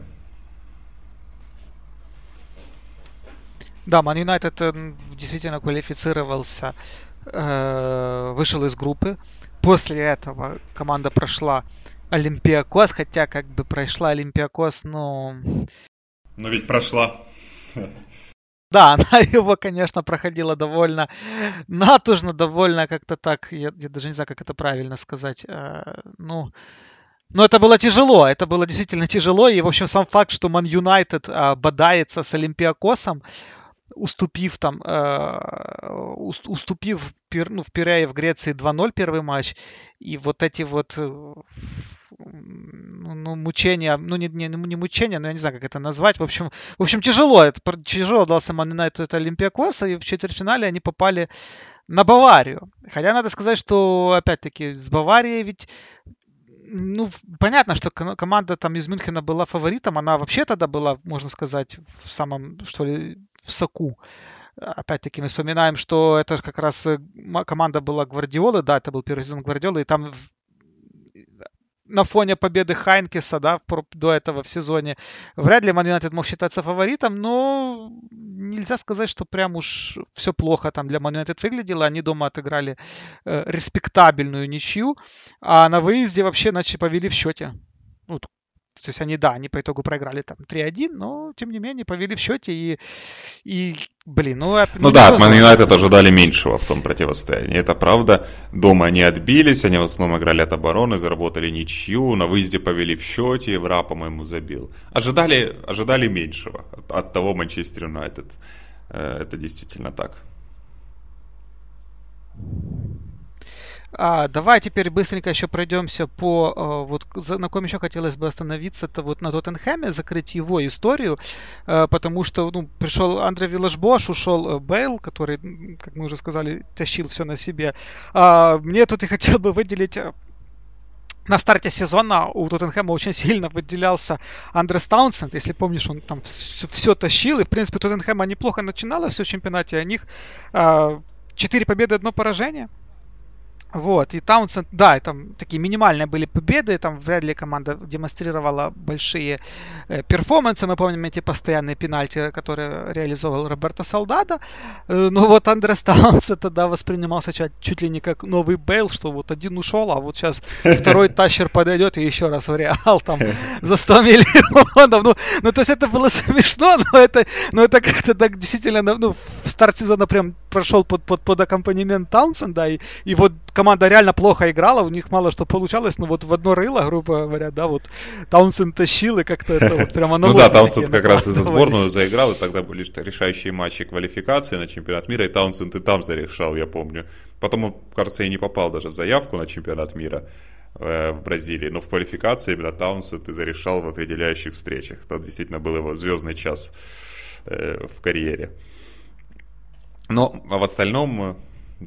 S1: Да, Ман Юнайтед действительно квалифицировался, вышел из группы. После этого команда прошла Олимпиакос, хотя как бы прошла Олимпиакос, но...
S2: Но ведь прошла.
S1: Да, она его, конечно, проходила довольно натужно, довольно как-то так, я даже не знаю, как это правильно сказать. Ну, но это было тяжело, это было действительно тяжело. И, в общем, сам факт, что Ман Юнайтед бодается с Олимпиакосом, уступив в Пирее в Греции 2-0 первый матч, и вот эти вот мучения, не мучения, но я не знаю, как это назвать. В общем, тяжело дался Ман Юнайтед Олимпиакоса, и в четвертьфинале они попали на Баварию. Хотя надо сказать, что, опять-таки, с Баварией ведь понятно, что команда там из Мюнхена была фаворитом, она вообще тогда была, можно сказать, в самом, что ли, в соку. Опять-таки мы вспоминаем, что это как раз команда была Гвардиолы, да, это был первый сезон Гвардиолы, и там на фоне победы Хайнкеса, да, до этого в сезоне, вряд ли Ман Юнайтед мог считаться фаворитом, но нельзя сказать, что прям уж все плохо там для Ман Юнайтед выглядело. Они дома отыграли респектабельную ничью, а на выезде вообще повели в счете. Ну, то есть они по итогу проиграли там 3-1, но тем не менее повели в счете и блин,
S2: от Ман Юнайтед ожидали меньшего в том противостоянии. Это правда. Дома они отбились, они в основном играли от обороны, заработали ничью, на выезде повели в счете, Евра, по-моему, забил. Ожидали меньшего от того Манчестер Юнайтед. Это действительно так.
S1: Давай теперь быстренько еще пройдемся на ком еще хотелось бы остановиться, это вот на Тоттенхэме, закрыть его историю, потому что пришел Андре Виллаш-Бош, ушел Бейл, который, как мы уже сказали, тащил все на себе. Мне тут и хотел бы выделить... На старте сезона у Тоттенхэма очень сильно выделялся Андрес Таунсенд. Если помнишь, он там все тащил. И, в принципе, Тоттенхэма неплохо начинало все в чемпионате. У них 4 победы, 1 поражение. Вот, и Таунсенд, да, там такие минимальные были победы, там вряд ли команда демонстрировала большие перформансы, мы помним эти постоянные пенальти, которые реализовал Роберто Солдадо, но вот Андрес Таунсенд тогда воспринимался чуть ли не как новый Бейл, что вот один ушел, а вот сейчас второй тащер подойдет и еще раз в Реал там за 100 миллионов, ну то есть это было смешно, но это как-то так действительно, в старт сезона прям прошел под аккомпанемент Таунсенда, и вот команда реально плохо играла, у них мало что получалось, но вот в одно рыло, грубо говоря, да, вот Таунсенд тащил, и как-то это вот прямо аналогия.
S2: Ну да, Таунсенд как раз и за сборную заиграл, и тогда были решающие матчи квалификации на чемпионат мира, и Таунсенд и там зарешал, я помню. Потом он, кажется, и не попал даже в заявку на чемпионат мира в Бразилии, но в квалификации именно Таунсенд и зарешал в определяющих встречах. Это действительно был его звездный час в карьере. Но а в остальном,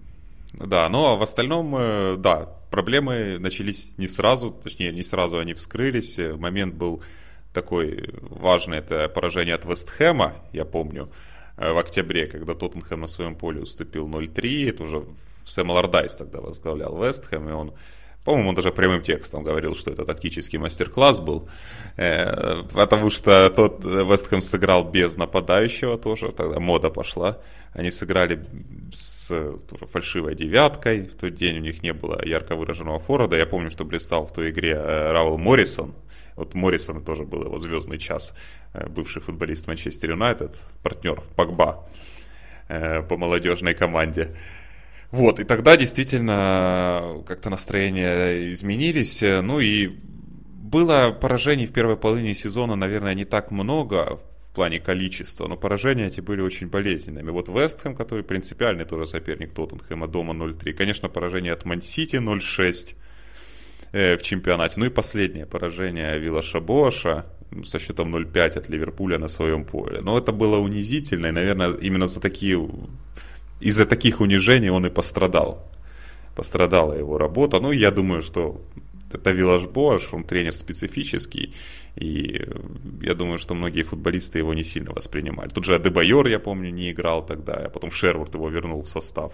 S2: да, проблемы начались не сразу, точнее, не сразу они вскрылись. Момент был такой важный, это поражение от Вест Хэма, я помню, в октябре, когда Тоттенхэм на своем поле уступил 0-3, это уже Сэм Алlardyce тогда возглавлял Вест Хэм, и он, по-моему, он даже прямым текстом говорил, что это тактический мастер-класс был, потому что тот Вест Хэм сыграл без нападающего тоже, тогда мода пошла. Они сыграли с фальшивой девяткой, в тот день у них не было ярко выраженного форварда. Я помню, что блистал в той игре Раул Моррисон. Вот Моррисон тоже был его звездный час, бывший футболист Манчестер Юнайтед, партнер Погба по молодежной команде. Вот, и тогда действительно как-то настроения изменились. Ну и было поражений в первой половине сезона, наверное, не так много в плане количества, но поражения эти были очень болезненными. Вот Вест Хэм, который принципиальный тоже соперник Тоттенхэма, дома 0-3. Конечно, поражение от Ман-Сити 0-6 в чемпионате. Ну и последнее поражение Виллаша Боаша со счетом 0-5 от Ливерпуля на своем поле. Но это было унизительно, и, наверное, именно из-за таких унижений он и пострадал. Пострадала его работа. Ну, я думаю, что это Виллаш Боаш, он тренер специфический, и я думаю, что многие футболисты его не сильно воспринимали. Тут же Адебайор, я помню, не играл тогда, а потом Шервуд его вернул в состав.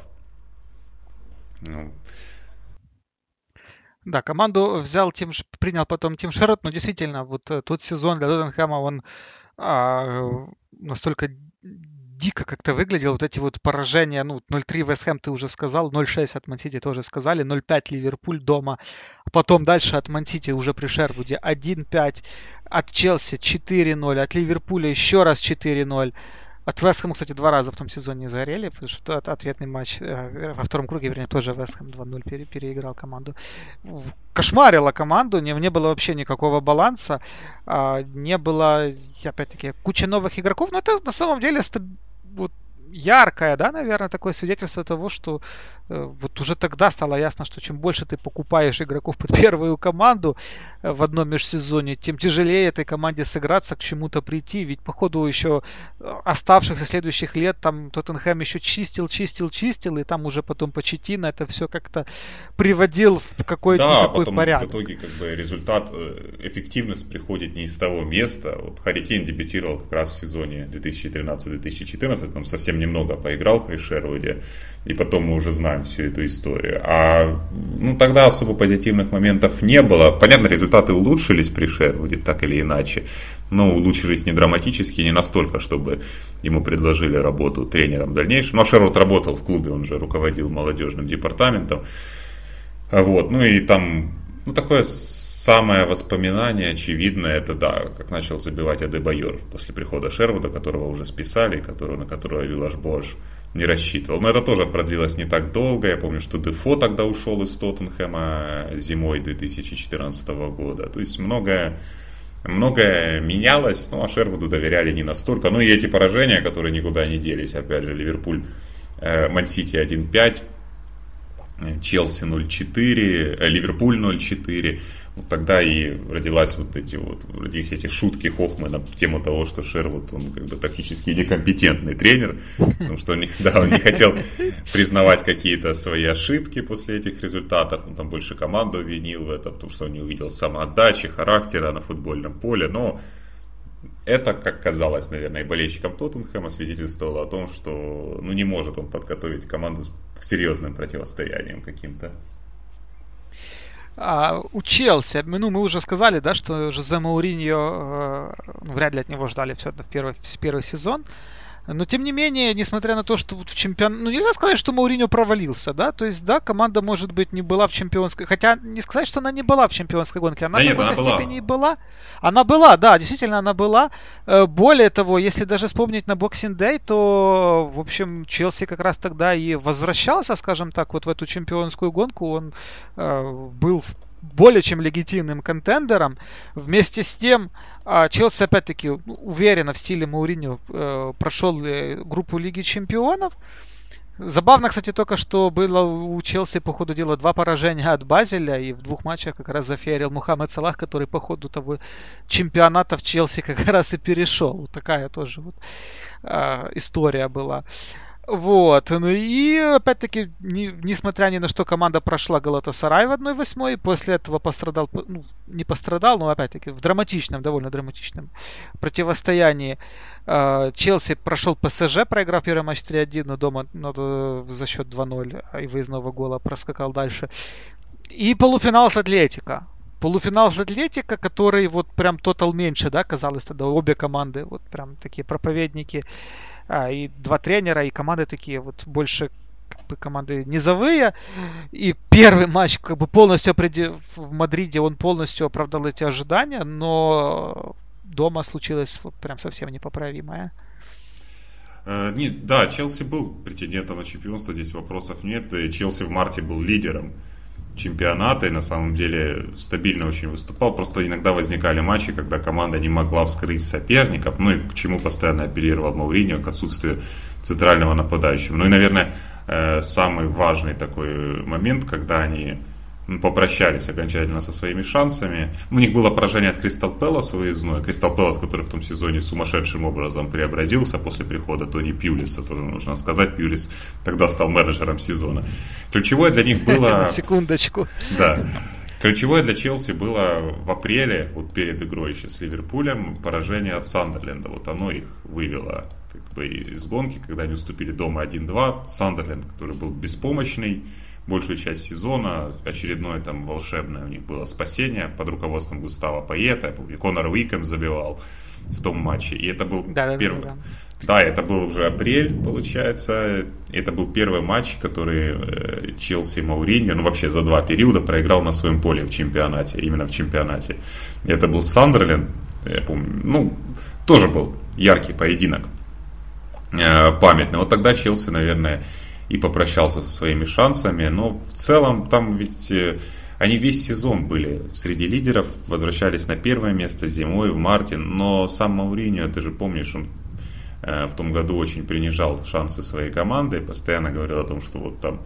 S1: Да, команду принял потом Тим Шервуд, но действительно, вот тот сезон для Тоттенхэма, он настолько дико как-то выглядел, вот эти вот поражения, 0-3 Вест Хэм ты уже сказал, 0-6 от Ман-Сити тоже сказали, 0-5 Ливерпуль дома, а потом дальше от Ман-Сити уже при Шервуде 1-5, от Челси 4-0, от Ливерпуля еще раз 4-0. От Вест Хэма, кстати, 2 раза в том сезоне загорели, потому что ответный матч во втором круге, вернее, тоже Вест Хэм 2-0 переиграл команду. Кошмарила команду, не было вообще никакого баланса, не было, опять-таки, куча новых игроков, но это на самом деле вот яркое, да, наверное, такое свидетельство того, что вот уже тогда стало ясно, что чем больше ты покупаешь игроков под первую команду в одном межсезонье, тем тяжелее этой команде сыграться, к чему-то прийти. Ведь по ходу еще оставшихся следующих лет там Тоттенхэм еще чистил, и там уже потом Почеттино это все как-то приводил в какой-то такой порядок.
S2: В итоге как бы результат, эффективность приходит не из того места. Вот Харри Кейн дебютировал как раз в сезоне 2013-2014, там совсем немного поиграл при Шервуде, и потом мы уже знаем всю эту историю. Тогда особо позитивных моментов не было. Понятно, результаты улучшились при Шервуде, так или иначе, но улучшились не драматически, не настолько, чтобы ему предложили работу тренером в дальнейшем. Но Шервуд работал в клубе, он же руководил молодежным департаментом. Вот, и там, такое самое воспоминание очевидное, это да, как начал забивать Адебайор после прихода Шервуда, которого уже списали, на которого Виллаш Боаш не рассчитывал. Но это тоже продлилось не так долго. Я помню, что Дефо тогда ушел из Тоттенхэма зимой 2014 года. То есть многое менялось, а Шервуду доверяли не настолько. И эти поражения, которые никуда не делись. Опять же, Ливерпуль, Ман-Сити 1-5, Челси 0-4, Ливерпуль 0-4. Вот тогда и родились эти шутки Хохмы на тему того, что Шервуд, он как бы тактически некомпетентный тренер, потому что он не хотел признавать какие-то свои ошибки после этих результатов, он там больше команду винил в этом, потому что он не увидел самоотдачи, характера на футбольном поле, но это, как казалось, наверное, и болельщикам Тоттенхэма, свидетельствовало о том, что не может он подготовить команду к серьезным противостояниям каким-то.
S1: У Челси, мы уже сказали, да, что Жозе Мауриньо, вряд ли от него ждали все это в первый сезон. Но, тем не менее, несмотря на то, что вот в чемпионате... нельзя сказать, что Мауриньо провалился, да? То есть, да, команда, может быть, не была в чемпионской... Хотя, не сказать, что она не была в чемпионской гонке. Она в какой-то степени была. Она была, да, действительно, она была. Более того, если даже вспомнить на Boxing Day, то, в общем, Челси как раз тогда и возвращался, скажем так, вот в эту чемпионскую гонку. Он был более чем легитимным контендером. Вместе с тем, Челси, опять-таки, уверенно в стиле Мауриньо прошел группу Лиги Чемпионов. Забавно, кстати, только что было у Челси, по ходу дела, 2 поражения от Базеля, и в 2 матчах как раз зафеерил Мухаммед Салах, который по ходу того чемпионата в Челси как раз и перешел. Вот такая тоже вот история была. Вот. Ну и опять-таки, несмотря ни на что, команда прошла Галатасарай в 1/8. После этого пострадал, ну, не пострадал, но опять-таки в драматичном, довольно драматичном противостоянии Челси прошел ПСЖ, проиграв первый матч 3-1, но дома за счет 2-0 и выездного гола проскакал дальше. И полуфинал с Атлетико. Полуфинал с Атлетико, который вот прям тотал меньше, да, казалось тогда, обе команды, вот прям такие проповедники, и два тренера, и команды такие вот больше как бы команды низовые. И первый матч как бы полностью в Мадриде он полностью оправдал эти ожидания, но дома случилось вот прям совсем непоправимое.
S2: Нет, да, Челси был претендентом на чемпионство, здесь вопросов нет. И Челси в марте был лидером чемпионата и на самом деле стабильно очень выступал. Просто иногда возникали матчи, когда команда не могла вскрыть соперников, ну и к чему постоянно апеллировал Мауриньо, к отсутствию центрального нападающего. Ну и, наверное, самый важный такой момент, когда они попрощались окончательно со своими шансами. У них было поражение от Кристал Пэлас выездное. Кристал Пэлас, который в том сезоне сумасшедшим образом преобразился после прихода Тони Пьюлиса, тоже нужно сказать. Пьюлис тогда стал менеджером сезона. Ключевое для них было...
S1: Секундочку.
S2: Да. Ключевое для Челси было в апреле, вот перед игрой еще с Ливерпулем, поражение от Сандерленда. Вот оно их вывело как бы из гонки, когда они уступили дома 1-2. Сандерленд, который был беспомощный большую часть сезона, очередное там волшебное у них было спасение под руководством Густава Пайета. Я помню, Конор Уикэм забивал в том матче. И это был первый... Да, это был уже апрель, получается. Это был первый матч, который Челси Мауриньо, ну вообще за два периода проиграл на своем поле в чемпионате, именно в чемпионате. Это был Сандерленд, я помню, ну, тоже был яркий поединок, памятный. Вот тогда Челси, наверное, и попрощался со своими шансами, но в целом там ведь они весь сезон были среди лидеров, возвращались на первое место зимой в марте, но сам Мауриньо, ты же помнишь, он в том году очень принижал шансы своей команды, постоянно говорил о том, что вот там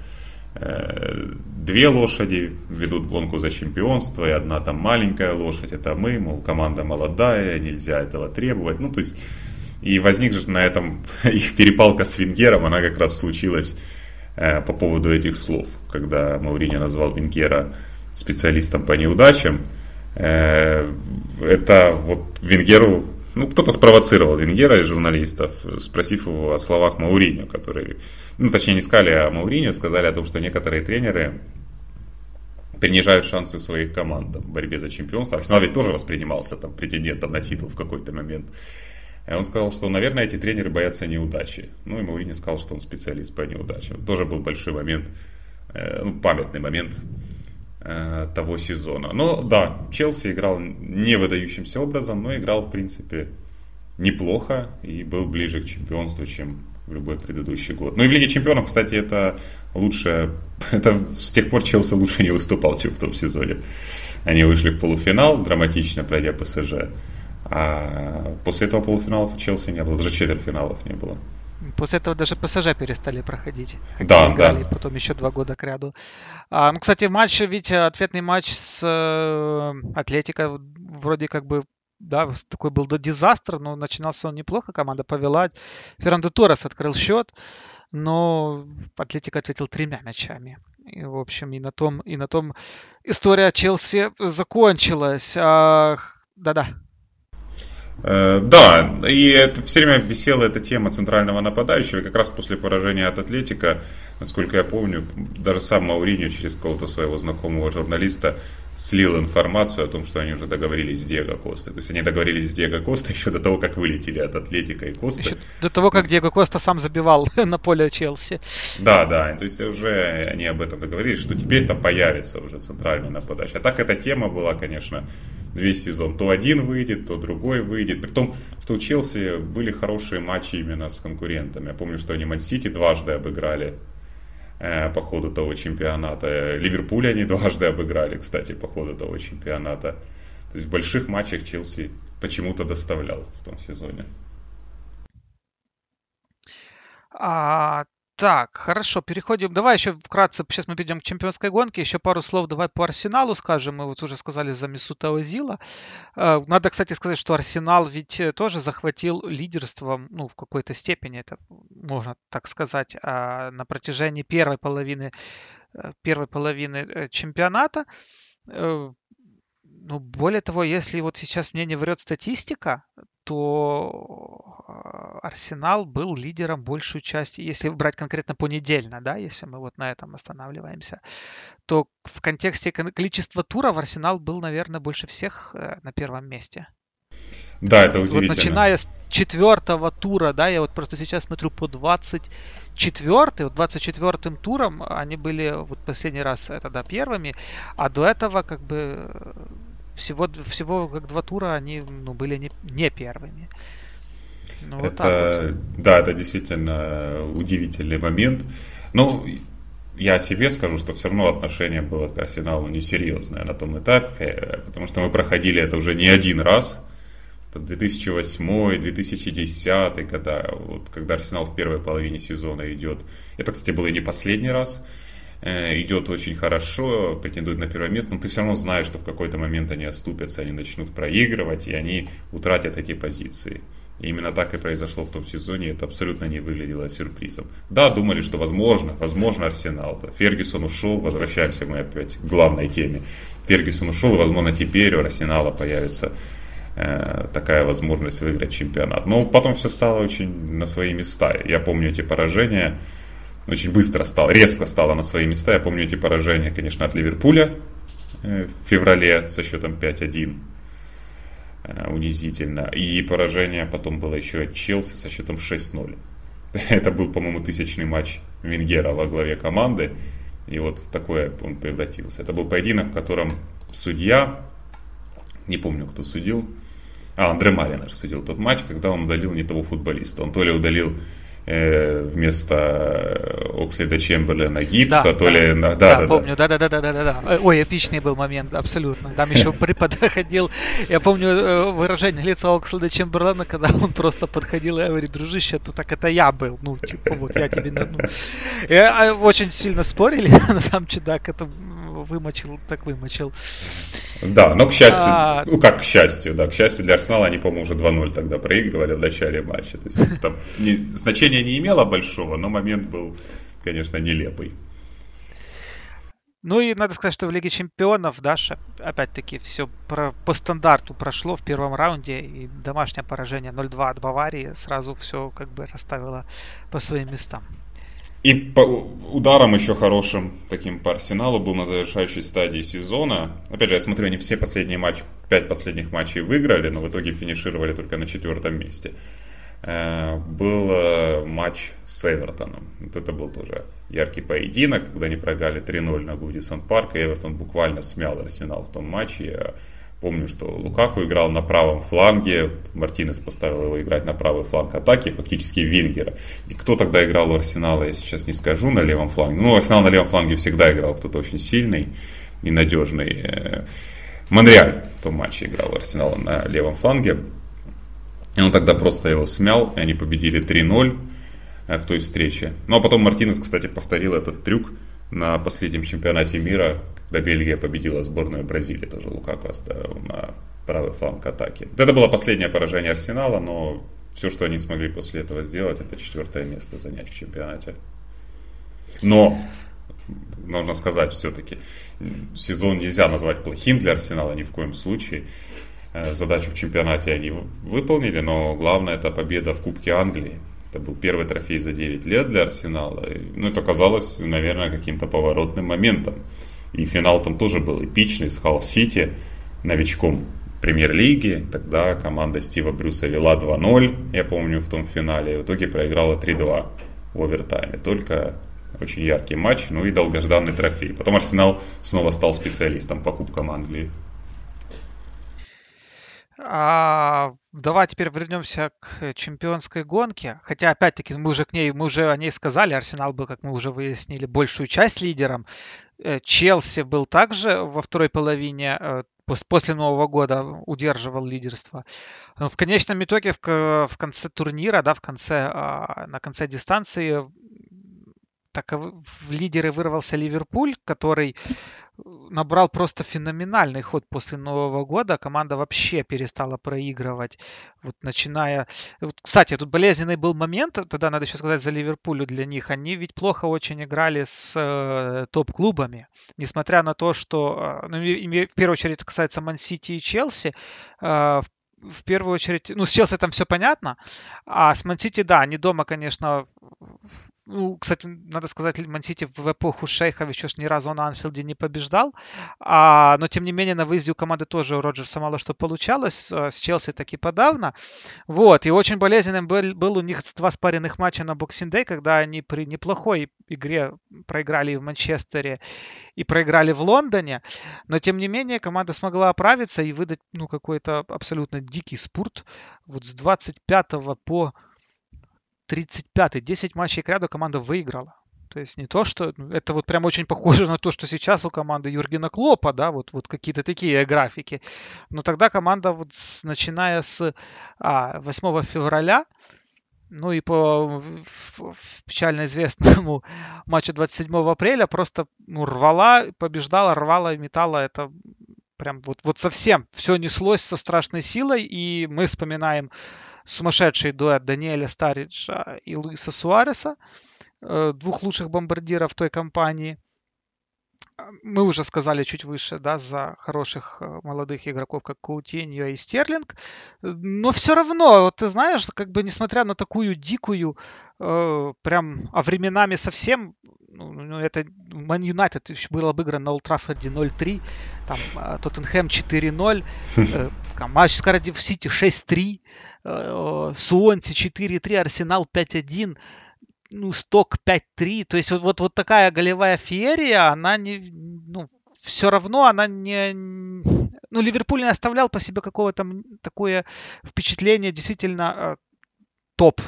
S2: две лошади ведут гонку за чемпионство, и одна там маленькая лошадь, это мы, мол, команда молодая, нельзя этого требовать, ну то есть, и возник же на этом их перепалка с Венгером, она как раз случилась по поводу этих слов, когда Мауриньо назвал Венгера специалистом по неудачам. Это вот Венгеру, ну, кто-то спровоцировал Венгера из журналистов, спросив его о словах Мауриньо, которые, ну, точнее, не сказали о Мауриньо, сказали о том, что некоторые тренеры принижают шансы своих команд в борьбе за чемпионство. Арсенал ведь тоже воспринимался там претендентом на титул в какой-то момент. И он сказал, что, наверное, эти тренеры боятся неудачи. Ну, и Мауриньо сказал, что он специалист по неудачам. Тоже был большой момент, ну, памятный момент того сезона. Но да, Челси играл не выдающимся образом, но играл, в принципе, неплохо и был ближе к чемпионству, чем в любой предыдущий год. Ну и в Лиге Чемпионов, кстати, это лучше, это с тех пор Челси лучше не выступал, чем в том сезоне. Они вышли в полуфинал, драматично пройдя ПСЖ. А после этого полуфиналов у Челси не было, даже четвертьфиналов не было.
S1: После этого даже ПСЖ перестали проходить.
S2: Да,
S1: играли,
S2: да.
S1: потом еще 2 года кряду. Ну, кстати, матч, ведь ответный матч с Атлетико вроде как бы, да, такой был дизастр, но начинался он неплохо, команда повела. Фернандо Торрес открыл счет, но Атлетико ответил 3 мячами. И, в общем, и на том история Челси закончилась. Да-да.
S2: Да, и это все время висела эта тема центрального нападающего, и как раз после поражения от Атлетико, насколько я помню, даже сам Мауриньо через кого-то своего знакомого журналиста слил информацию о том, что они уже договорились с Диего Костой. То есть они договорились с Диего Костой еще до того, как вылетели от Атлетико и Косты.
S1: Еще до того, как Диего Коста сам забивал на поле Челси.
S2: Да, да, то есть уже они об этом договорились, что теперь-то появится уже центральный нападающий. А так эта тема была, конечно, весь сезон. То один выйдет, то другой выйдет. При том, что у Челси были хорошие матчи именно с конкурентами. Я помню, что они Ман-Сити дважды обыграли по ходу того чемпионата. Ливерпуль они дважды обыграли, кстати, по ходу того чемпионата. То есть в больших матчах Челси почему-то доставлял в том сезоне.
S1: Так, хорошо, переходим. Давай еще вкратце, сейчас мы перейдем к чемпионской гонке. Еще пару слов давай по Арсеналу скажем. Мы вот уже сказали за Месута Озила. Надо, кстати, сказать, что Арсенал ведь тоже захватил лидерство, ну, в какой-то степени, это можно так сказать, на протяжении первой половины чемпионата. Ну, более того, если вот сейчас мне не врет статистика, то Арсенал был лидером большую часть, если брать конкретно понедельно, да, если мы вот на этом останавливаемся, то в контексте количества туров Арсенал был, наверное, больше всех на первом месте.
S2: Да, это
S1: Вот
S2: удивительно.
S1: начиная с 4-го тура, да, я вот просто сейчас смотрю по 24-й, вот 24-м туром они были вот последний раз это, да, первыми, а до этого как бы всего как 2 тура они, ну, были не первыми. Ну, вот так вот.
S2: Да, это действительно удивительный момент. Но я о себе скажу, что все равно отношение было к Арсеналу несерьезное на том этапе, потому что мы проходили это уже не один раз. Это 2008, 2010 года, вот, когда Арсенал в первой половине сезона идет. Это, кстати, было и не последний раз. Идет очень хорошо, претендует на первое место, но ты все равно знаешь, что в какой-то момент они отступятся, они начнут проигрывать, и они утратят эти позиции. И именно так и произошло в том сезоне, это абсолютно не выглядело сюрпризом. Да, думали, что возможно Арсенал. Фергюсон ушел, возвращаемся мы опять к главной теме. Фергюсон ушел, и, возможно, теперь у Арсенала появится такая возможность выиграть чемпионат. Но потом все стало очень на свои места. Я помню эти поражения. Очень быстро резко стало на свои места. Я помню эти поражения, конечно, от Ливерпуля в феврале со счетом 5-1. Унизительно. И поражение потом было еще от Челси со счетом 6-0. Это был, по-моему, 1000-й матч Венгера во главе команды. И вот в такое он превратился. Это был поединок, в котором судья, не помню, кто судил, Андре Маринер судил тот матч, когда он удалил не того футболиста. Он то ли удалил вместо Окслида Чемберлена гипса,
S1: Да,
S2: то ли...
S1: да, помню, да. Ой, эпичный был момент, абсолютно. Там еще подходил, я помню выражение лица Окслида Чемберлена, когда он просто подходил и говорит: дружище, то так это я был, ну, типа, вот я тебе... Очень сильно спорили, но там чудак это вымочил.
S2: Да, но к счастью, к счастью для Арсенала они, по-моему, уже 2-0 тогда проигрывали в начале матча. То есть там значения не имело большого, но момент был, конечно, нелепый.
S1: Ну и надо сказать, что в Лиге Чемпионов, Даша, опять-таки, все по стандарту прошло в первом раунде, и домашнее поражение 0-2 от Баварии сразу все как бы расставило по своим местам.
S2: И по ударом еще хорошим таким по Арсеналу был на завершающей стадии сезона. Опять же, я смотрю, они все последние матчи, 5 последних матчей выиграли, но в итоге финишировали только на 4-м месте. Был матч с Эвертоном. Вот это был тоже яркий поединок, когда они проиграли 3-0 на Гудисон Парк, и Эвертон буквально смял Арсенал в том матче. Я помню, что Лукаку играл на правом фланге, Мартинес поставил его играть на правый фланг атаки, фактически вингера. И кто тогда играл у Арсенала, я сейчас не скажу, на левом фланге. Ну, Арсенал на левом фланге всегда играл кто-то очень сильный и надежный. Монреаль в том матче играл у Арсенала на левом фланге. И он тогда просто его смял, и они победили 3-0 в той встрече. Ну, а потом Мартинес, кстати, повторил этот трюк на последнем чемпионате мира, когда Бельгия победила сборную Бразилии. Тоже Лукаку оставил на правый фланг атаки. Это было последнее поражение Арсенала, но все, что они смогли после этого сделать, это 4-е место занять в чемпионате. Но, нужно сказать все-таки, сезон нельзя назвать плохим для Арсенала ни в коем случае. Задачу в чемпионате они выполнили, но главное — это победа в Кубке Англии. Это был первый трофей за 9 лет для Арсенала. Ну, это оказалось, наверное, каким-то поворотным моментом. И финал там тоже был эпичный, с Халл-Сити, новичком Премьер-лиги. Тогда команда Стива Брюса вела 2-0, я помню, в том финале. И в итоге проиграла 3-2 в овертайме. Только очень яркий матч, ну и долгожданный трофей. Потом Арсенал снова стал специалистом по Кубкам Англии.
S1: Давай теперь вернемся к чемпионской гонке. Хотя, опять-таки, мы уже о ней сказали. Арсенал был, как мы уже выяснили, большую часть лидером. Челси был также во второй половине, после Нового года удерживал лидерство. Но в конечном итоге, в конце турнира, да, на конце дистанции так в лидеры вырвался Ливерпуль, который набрал просто феноменальный ход после Нового года. Команда вообще перестала проигрывать. Вот начиная... Вот, кстати, тут болезненный был момент, тогда надо еще сказать за Ливерпулю для них. Они ведь плохо очень играли с топ-клубами. Несмотря на то, что... Ну, в первую очередь, касается Ман-Сити и Челси. В первую очередь... Ну, с Челси там все понятно. А с Ман-Сити, да, они дома, конечно... Ну, кстати, надо сказать, Ман-Сити в эпоху Шейха еще ж ни разу на Анфилде не побеждал. Но, тем не менее, на выезде у команды тоже у Роджерса мало что получалось. С Челси таки подавно. Вот. И очень болезненным был у них 2 спаренных матча на Boxing Day, когда они при неплохой игре проиграли и в Манчестере, и проиграли в Лондоне. Но, тем не менее, команда смогла оправиться и выдать, ну, какой-то абсолютно дикий спурт. Вот с 25 по 35-й, 10 матчей к ряду команда выиграла. То есть не то, что... Это вот прям очень похоже на то, что сейчас у команды Юргена Клопа, да, вот какие-то такие графики. Но тогда команда, вот начиная с 8 февраля, ну и по печально известному матчу 27 апреля просто рвала, побеждала, рвала и метала. Это прям вот совсем все неслось со страшной силой. И мы вспоминаем сумасшедший дуэт Даниэля Старриджа и Луиса Суареса, 2 лучших бомбардиров той компании. Мы уже сказали чуть выше, да, за хороших молодых игроков, как Каутиньо и Стерлинг. Но все равно, вот ты знаешь, как бы несмотря на такую дикую, прям, временами совсем, ну, это Ман Юнайтед еще был обыгран на Олд Траффорде 0-3, там Тоттенхэм 4-0, матч с Кардифф Сити 6-3, Суонси 4-3, Арсенал 5-1, ну, Сток 5-3. То есть вот такая голевая феерия, она не... Ну, все равно она не... Ну, Ливерпуль не оставлял по себе какого-то такое впечатление действительно топ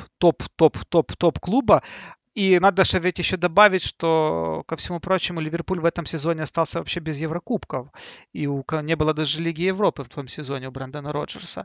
S1: клуба. И надо же ведь еще добавить, что, ко всему прочему, Ливерпуль в этом сезоне остался вообще без Еврокубков. И не было даже Лиги Европы в том сезоне у Брэндона Роджерса.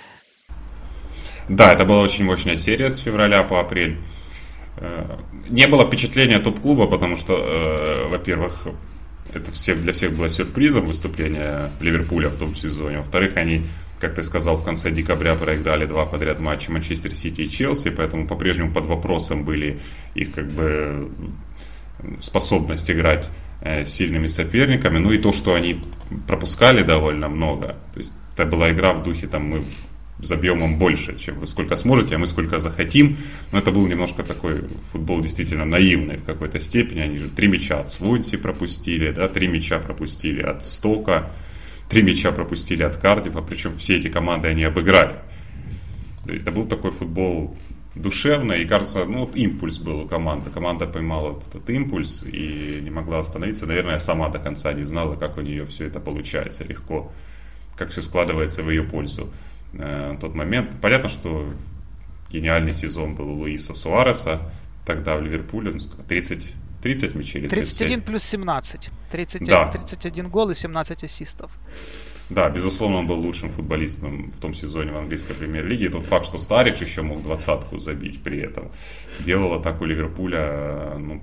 S2: Да, это была очень мощная серия с февраля по апрель. Не было впечатления топ-клуба, потому что, во-первых, это для всех было сюрпризом выступление Ливерпуля в том сезоне. Во-вторых, они, как ты сказал, в конце декабря проиграли 2 подряд матча Манчестер Сити и Челси, поэтому по-прежнему под вопросом были их как бы способность играть с сильными соперниками. Ну и то, что они пропускали довольно много. То есть это была игра в духе там мы забьем им больше, чем вы сколько сможете, а мы сколько захотим. Но это был немножко такой футбол действительно наивный в какой-то степени. Они же 3 мяча от Свонси пропустили, да, 3 мяча пропустили от Стока, 3 мяча пропустили от Кардиффа, причем все эти команды они обыграли. То есть это был такой футбол душевный, и кажется, ну вот импульс был у команды. Команда поймала вот этот импульс и не могла остановиться. Наверное, сама до конца не знала, как у нее все это получается легко, как все складывается в ее пользу. На тот момент. Понятно, что гениальный сезон был у Луиса Суареса. Тогда в Ливерпуле 30 мячей.
S1: 31 плюс 17. 31 гол и 17 ассистов.
S2: Да, безусловно, он был лучшим футболистом в том сезоне в английской премьер-лиге. И тот факт, что Старридж еще мог 20-ку забить при этом, делал атаку Ливерпуля ну,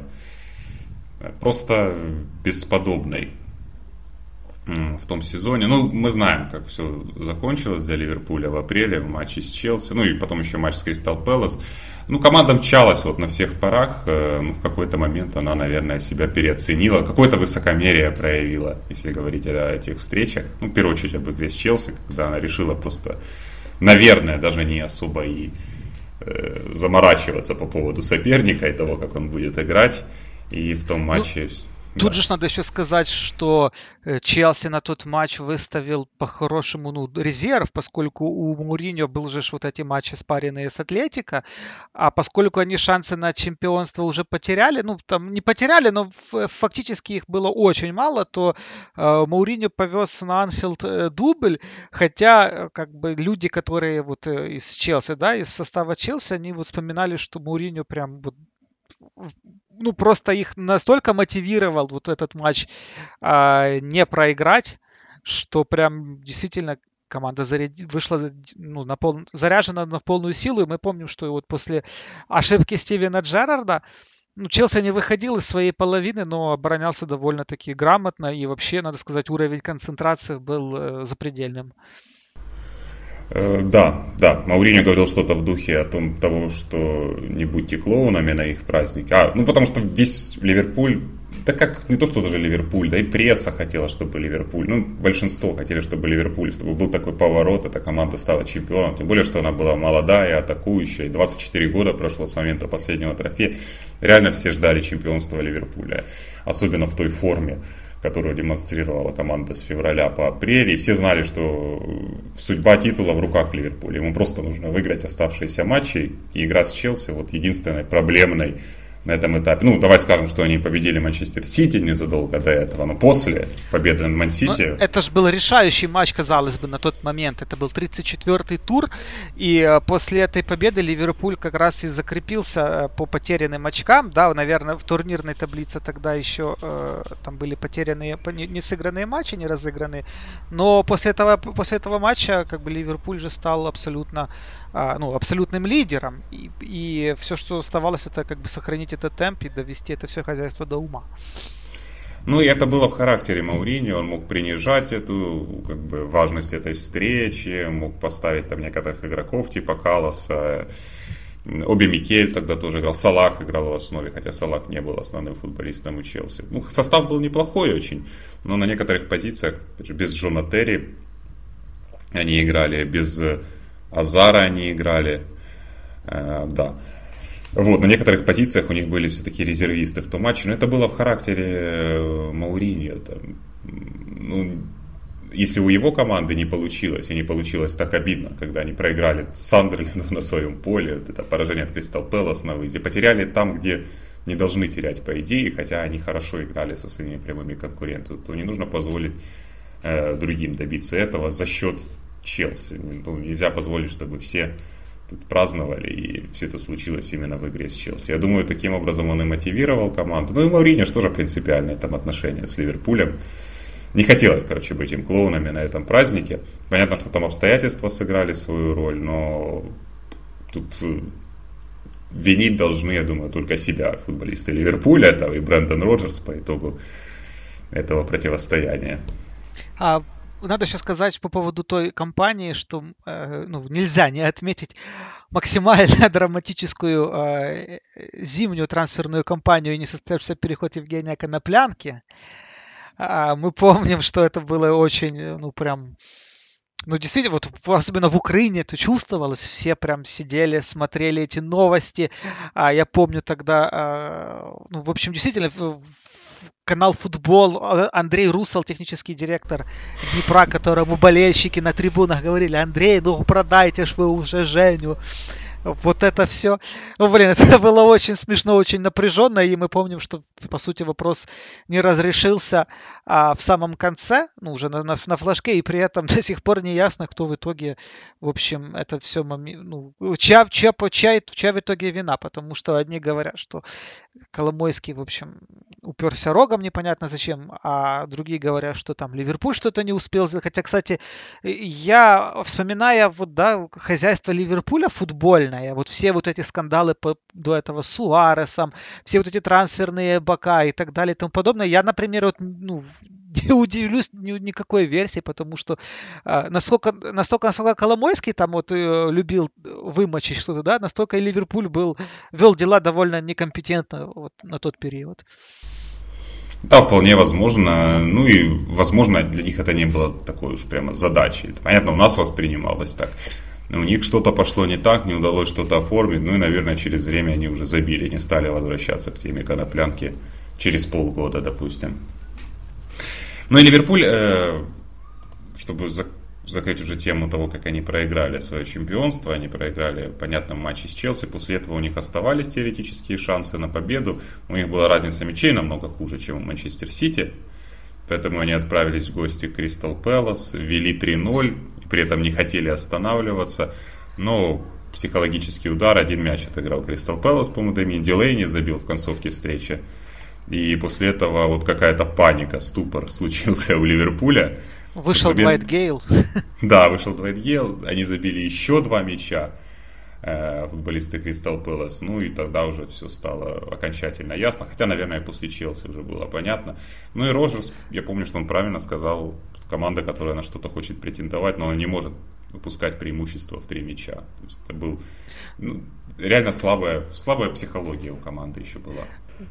S2: просто бесподобной в том сезоне. Ну, мы знаем, как все закончилось для Ливерпуля в апреле в матче с Челси. Ну, и потом еще матч с Кристал Пэлас. Ну, команда мчалась вот на всех парах. Ну, в какой-то момент она, наверное, себя переоценила. Какое-то высокомерие проявила, если говорить о этих встречах. Ну, в первую очередь об игре с Челси, когда она решила просто, наверное, даже не особо и заморачиваться по поводу соперника и того, как он будет играть. И в том матче...
S1: Тут же надо еще сказать, что Челси на тот матч выставил по-хорошему резерв, поскольку у Мауриньо был же вот эти матчи спаренные с Атлетико, а поскольку они шансы на чемпионство уже потеряли, ну там не потеряли, но фактически их было очень мало, то Мауриньо повез на Анфилд дубль, хотя как бы люди, которые вот из Челси, да, из состава Челси, они вот вспоминали, что Мауриньо прям вот ну, просто их настолько мотивировал вот этот матч не проиграть, что прям действительно команда вышла заряжена в полную силу. И мы помним, что вот после ошибки Стивена Джеррарда Челси не выходил из своей половины, но оборонялся довольно-таки грамотно. И вообще, надо сказать, уровень концентрации был запредельным.
S2: Да, Мауриньо говорил что-то в духе того, что не будьте клоунами на их празднике. Потому что весь Ливерпуль, да как не то, что даже Ливерпуль, да и пресса хотела, чтобы Ливерпуль, большинство хотели, чтобы Ливерпуль, чтобы был такой поворот, эта команда стала чемпионом, тем более, что она была молодая, атакующая, и 24 года прошло с момента последнего трофея. Реально все ждали чемпионства Ливерпуля, особенно в той форме, которую демонстрировала команда с февраля по апрель. И все знали, что судьба титула в руках Ливерпуля. Ему просто нужно выиграть оставшиеся матчи. И игра с Челси вот единственной проблемной на этом этапе. Давай скажем, что они победили Манчестер Сити незадолго до этого, но после победы над Ман-Сити...
S1: Это же был решающий матч, казалось бы, на тот момент. Это был 34-й тур, и после этой победы Ливерпуль как раз и закрепился по потерянным очкам. Да, наверное, в турнирной таблице тогда еще там были потерянные, не сыгранные матчи, не разыгранные. Но после этого матча как бы Ливерпуль же стал абсолютным лидером. И все, что оставалось, это как бы сохранить этот темп и довести это все хозяйство до ума.
S2: И это было в характере Мауриньо. Он мог принижать эту важность этой встречи, мог поставить там некоторых игроков типа Калласа. Оби Микель тогда тоже играл. Салах играл в основе, хотя Салах не был основным футболистом у Челси. Состав был неплохой очень, но на некоторых позициях, без Джона Терри они играли, без Азара они играли. Да. На некоторых позициях у них были все-таки резервисты в том матче, но это было в характере Мауриньо. Если у его команды не получилось, и не получилось так обидно, когда они проиграли Сандерленду на своем поле, это поражение от Кристал Пэлас на выезде, потеряли там, где не должны терять по идее, хотя они хорошо играли со своими прямыми конкурентами, то не нужно позволить другим добиться этого за счет Челси. Нельзя позволить, чтобы все тут праздновали, и все это случилось именно в игре с Челси. Я думаю, таким образом он и мотивировал команду. И Мауриньо же тоже принципиальное там отношение с Ливерпулем. Не хотелось, быть им клоунами на этом празднике. Понятно, что там обстоятельства сыграли свою роль, но тут винить должны, я думаю, только себя, футболисты Ливерпуля, и Брэндон Роджерс по итогу этого противостояния.
S1: Надо еще сказать по поводу той кампании, что нельзя не отметить максимально драматическую зимнюю трансферную кампанию и несостоявшийся переход Евгения Коноплянки. Мы помним, что это было очень, действительно, особенно в Украине это чувствовалось. Все прям сидели, смотрели эти новости. Я помню тогда, действительно, канал «Футбол», Андрей Русал, технический директор Днепра, которому болельщики на трибунах говорили: Андрей, продайте ж вы уже Женю. Вот это все. Это было очень смешно, очень напряженно, и мы помним, что, по сути, вопрос не разрешился в самом конце, уже на флажке, и при этом до сих пор не ясно, кто в итоге, в общем, это все, чья в итоге вина, потому что одни говорят, что Коломойский, в общем, уперся рогом, непонятно зачем, а другие говорят, что там Ливерпуль что-то не успел сделать. Хотя, кстати, я, вспоминая хозяйство Ливерпуля футбольное, все эти скандалы до этого с Суаресом, все эти трансферные бока и так далее и тому подобное, я, например, не удивлюсь никакой версии, потому что насколько Коломойский там любил вымочить что-то, да, настолько и Ливерпуль вел дела довольно некомпетентно на тот период.
S2: Да, вполне возможно. И, возможно, для них это не было такой уж прямо задачей. Это, понятно, у нас воспринималось так. Но у них что-то пошло не так, не удалось что-то оформить. И, наверное, через время они уже забили, не стали возвращаться к теме Коноплянки через полгода, допустим. И Ливерпуль, чтобы закрыть уже тему того, как они проиграли свое чемпионство, они проиграли, понятно, в матче с Челси, после этого у них оставались теоретические шансы на победу, у них была разница мячей намного хуже, чем у Манчестер Сити, поэтому они отправились в гости к Кристал Пэлас, вели 3-0, при этом не хотели останавливаться, но психологический удар, один мяч отыграл Кристал Пэлас, по-моему, Дамиен Дилейни забил в концовке встречи, и после этого какая-то паника, ступор случился у Ливерпуля.
S1: Вышел Двайт Гейл.
S2: Да, вышел Двайт Гейл. Они забили еще 2 мяча. футболисты Кристал Пэлас. Ну и тогда уже все стало окончательно ясно. Хотя, наверное, после Челси уже было понятно. Ну и Роджерс, я помню, что он правильно сказал, команда, которая на что-то хочет претендовать, но она не может выпускать преимущество в 3 мяча. То есть это был реально слабая психология у команды еще была.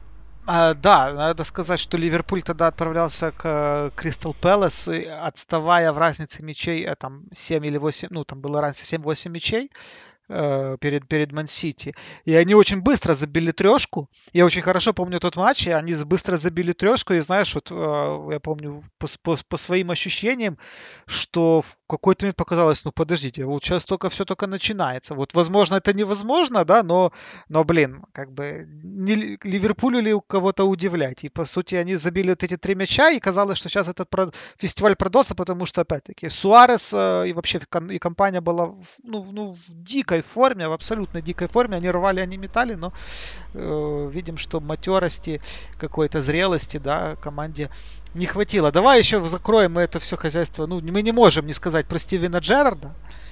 S1: Да, надо сказать, что Ливерпуль тогда отправлялся к Кристал Пэлас, отставая в разнице мячей, там 7 или 8, ну там была разница 7-8 мячей перед Ман-Сити. И они очень быстро забили трешку. Я очень хорошо помню тот матч, и они быстро забили трешку. И знаешь, вот я помню по своим ощущениям, что в какой-то момент показалось, ну подождите, вот сейчас все только начинается. Вот возможно это невозможно, да, но блин, как бы не Ливерпулю ли у кого-то удивлять. И по сути они забили вот эти 3 мяча, и казалось, что сейчас этот фестиваль продолжится, потому что опять-таки Суарес и вообще и компания была в дикой форме, в абсолютно дикой форме. Они рвали, они метали, но видим, что матерости, какой-то зрелости, да, команде не хватило. Давай еще закроем это все хозяйство. Ну, мы не можем не сказать про Стивена Джеррарда.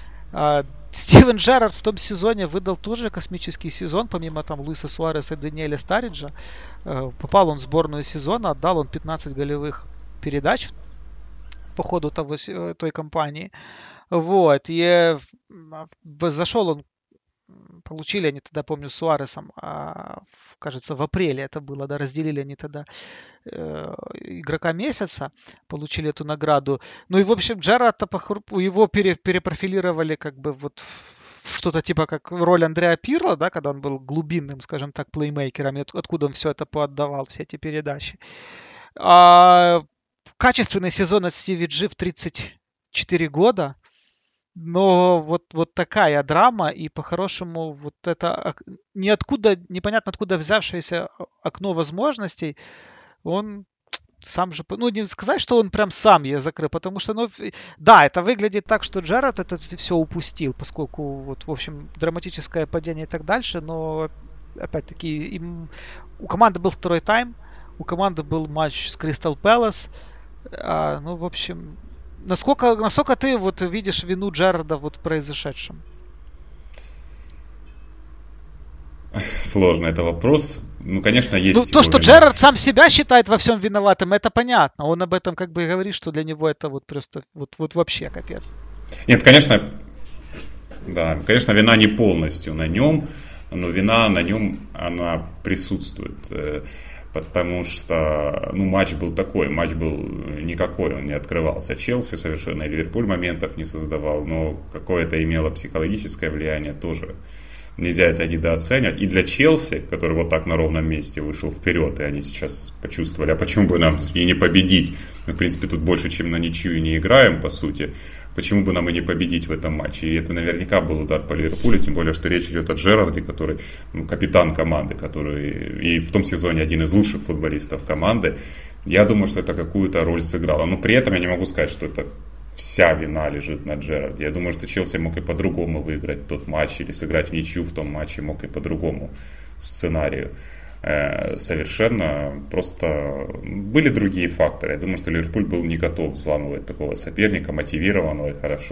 S1: Стивен Джеррард в том сезоне выдал тоже космический сезон, помимо там Луиса Суареса и Даниэля Старриджа. Попал он в сборную сезона, отдал он 15 голевых передач по ходу той кампании. Вот, и зашел он, получили они тогда, помню, с Суаресом, кажется, в апреле это было, да, разделили они тогда игрока месяца, получили эту награду. Ну и, в общем, Джерарда, его перепрофилировали как бы вот в что-то типа как роль Андреа Пирло, да, когда он был глубинным, скажем так, плеймейкером, откуда он все это поотдавал, все эти передачи. Качественный сезон от Стиви Джи в 34 года. Но вот такая драма, и по-хорошему вот это непонятно откуда взявшееся окно возможностей, он сам же, ну не сказать, что он прям сам ее закрыл, потому что, ну, да, это выглядит так, что Джерард это все упустил, поскольку вот, в общем, драматическое падение и так дальше, но опять-таки у команды был второй тайм, у команды был матч с Кристал Пэлас, ну, в общем... Насколько ты вот видишь вину Джерарда вот в произошедшем?
S2: Сложный это вопрос. Ну, конечно, есть.
S1: Ну, то, что Джерард сам себя считает во всем виноватым, это понятно. Он об этом как бы говорит, что для него это вот просто вот вообще капец.
S2: Нет, конечно, да, конечно, вина не полностью на нем, но вина на нем, она присутствует. Потому что, ну, матч был такой, матч был никакой, он не открывался. Челси совершенно, и Ливерпуль моментов не создавал, но какое-то имело психологическое влияние тоже. Нельзя это недооценивать. И для Челси, который вот так на ровном месте вышел вперед, и они сейчас почувствовали, а почему бы нам и не победить? Мы, в принципе, тут больше, чем на ничью не играем, по сути. Почему бы нам и не победить в этом матче? И это наверняка был удар по Ливерпулю, тем более, что речь идет о Джерарде, который капитан команды, который и в том сезоне один из лучших футболистов команды. Я думаю, что это какую-то роль сыграло. Но при этом я не могу сказать, что это вся вина лежит на Джерарде. Я думаю, что Челси мог и по-другому выиграть тот матч, или сыграть в ничью в том матче мог и по другому сценарию. Совершенно просто были другие факторы. Я думаю, что Ливерпуль был не готов взламывать такого соперника, мотивированного и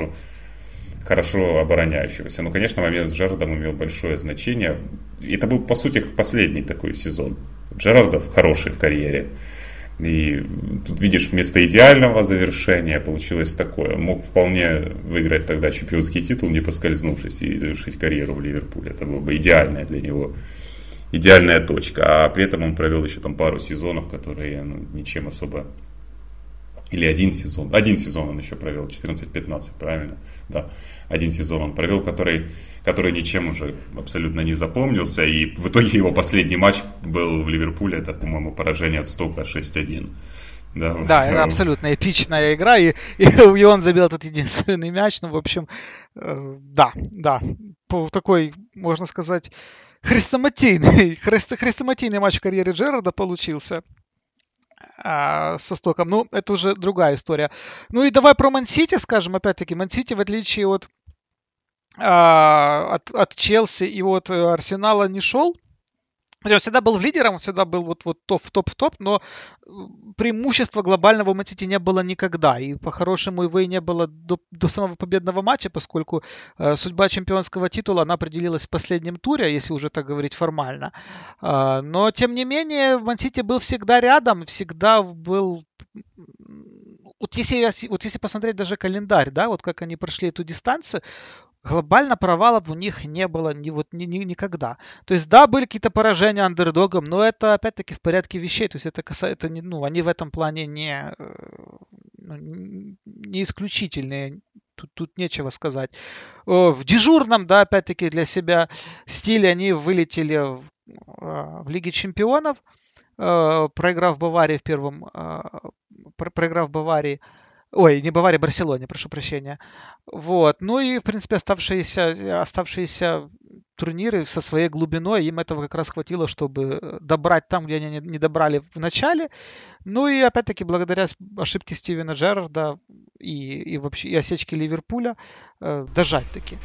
S2: хорошо обороняющегося. Но, конечно, момент с Джерардом имел большое значение. Это был, по сути, последний такой сезон Джерарда, хороший в карьере. И тут, видишь, вместо идеального завершения получилось такое. Он мог вполне выиграть тогда чемпионский титул, не поскользнувшись, и завершить карьеру в Ливерпуле. Это было бы идеальное для него, идеальная точка. А при этом он провел еще там пару сезонов, которые ничем особо... Или один сезон он еще провел, 14-15, правильно? Да, один сезон он провел, который ничем уже абсолютно не запомнился. И в итоге его последний матч был в Ливерпуле, это, по-моему, поражение от Стока 6-1.
S1: Да, это абсолютно эпичная игра, и он забил этот единственный мяч. Ну, в общем, да, такой, можно сказать, хрестоматийный матч в карьере Джерарда получился со Стоком. Ну, это уже другая история. Ну и давай про Ман-Сити скажем. Опять-таки, Ман-Сити, в отличие от Челси и от Арсенала, не шел Он всегда был лидером, он всегда был вот топ-топ, но преимущества глобального у Ман-Сити не было никогда. И по-хорошему его и не было до самого победного матча, поскольку судьба чемпионского титула, она определилась в последнем туре, если уже так говорить формально. Но, тем не менее, Ман-Сити был всегда рядом, всегда был... Вот если посмотреть даже календарь, да, вот как они прошли эту дистанцию, глобально провалов у них не было никогда. То есть, да, были какие-то поражения андердогом, но это, опять-таки, в порядке вещей. То есть, это касается, они в этом плане не исключительные. Тут нечего сказать. В дежурном, да, опять-таки, для себя стиле они вылетели в Лиге Чемпионов, проиграв Баварии проиграв Баварии. Ой, не Баварии, Барселоне, прошу прощения. Вот. Ну и, в принципе, оставшиеся турниры со своей глубиной, им этого как раз хватило, чтобы добрать там, где они не добрали в начале. Ну и, опять-таки, благодаря ошибке Стивена Джеррарда и вообще и осечке Ливерпуля дожать таки.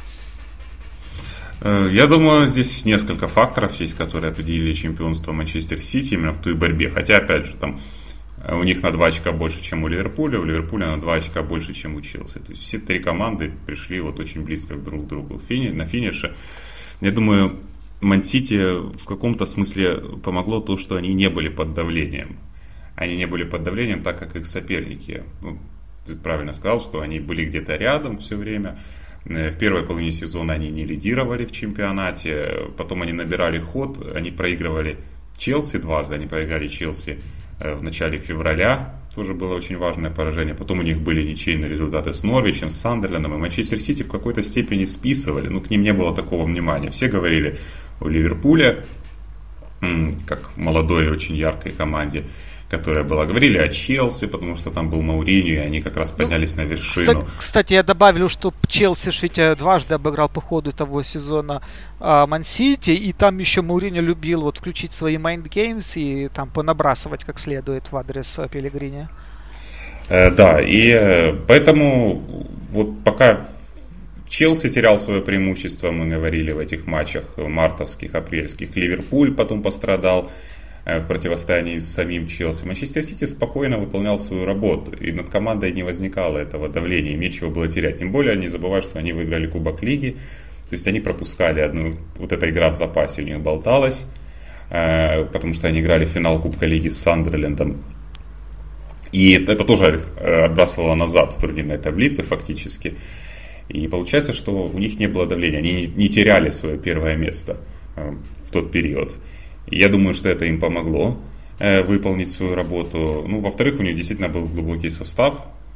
S2: Я думаю, здесь несколько факторов есть, которые определили чемпионство Манчестер Сити именно в той борьбе. Хотя, опять же, там у них на 2 очка больше, чем у Ливерпуля на 2 очка больше, чем у Челси. То есть все 3 команды пришли вот очень близко друг к другу на финише. Я думаю, Ман-Сити в каком-то смысле помогло то, что они не были под давлением. Они не были под давлением, так как их соперники. Ну, ты правильно сказал, что они были где-то рядом все время. В первой половине сезона они не лидировали в чемпионате. Потом они набирали ход. Они проигрывали Челси дважды. Они проиграли Челси в начале февраля, тоже было очень важное поражение. Потом у них были ничейные результаты с Норвичем, с Сандерлендом. И Манчестер Сити в какой-то степени списывали. Ну, к ним не было такого внимания. Все говорили о Ливерпуле, как молодой, очень яркой команде, которая была. Говорили о Челси, потому что там был Мауриньо, и они как раз поднялись на вершину.
S1: Кстати, я добавлю, что Челси ведь дважды обыграл по ходу того сезона Ман-Сити, и там еще Мауриньо любил вот включить свои Mind Games и там понабрасывать как следует в адрес Пеллегрини.
S2: Да, и поэтому вот пока Челси терял свое преимущество, мы говорили в этих матчах мартовских, апрельских, Ливерпуль потом пострадал в противостоянии с самим Челси. Манчестер Сити спокойно выполнял свою работу, и над командой не возникало этого давления, им нечего было терять. Тем более, не забывай, что они выиграли Кубок Лиги, то есть они пропускали одну, вот эта игра в запасе у них болталась, потому что они играли финал Кубка Лиги с Сандерлендом. И это тоже их отбрасывало назад в турнирной таблице фактически. И получается, что у них не было давления, они не теряли свое первое место в тот период. И я думаю, что это им помогло выполнить свою работу. Ну, во-вторых, у них действительно был глубокий состав.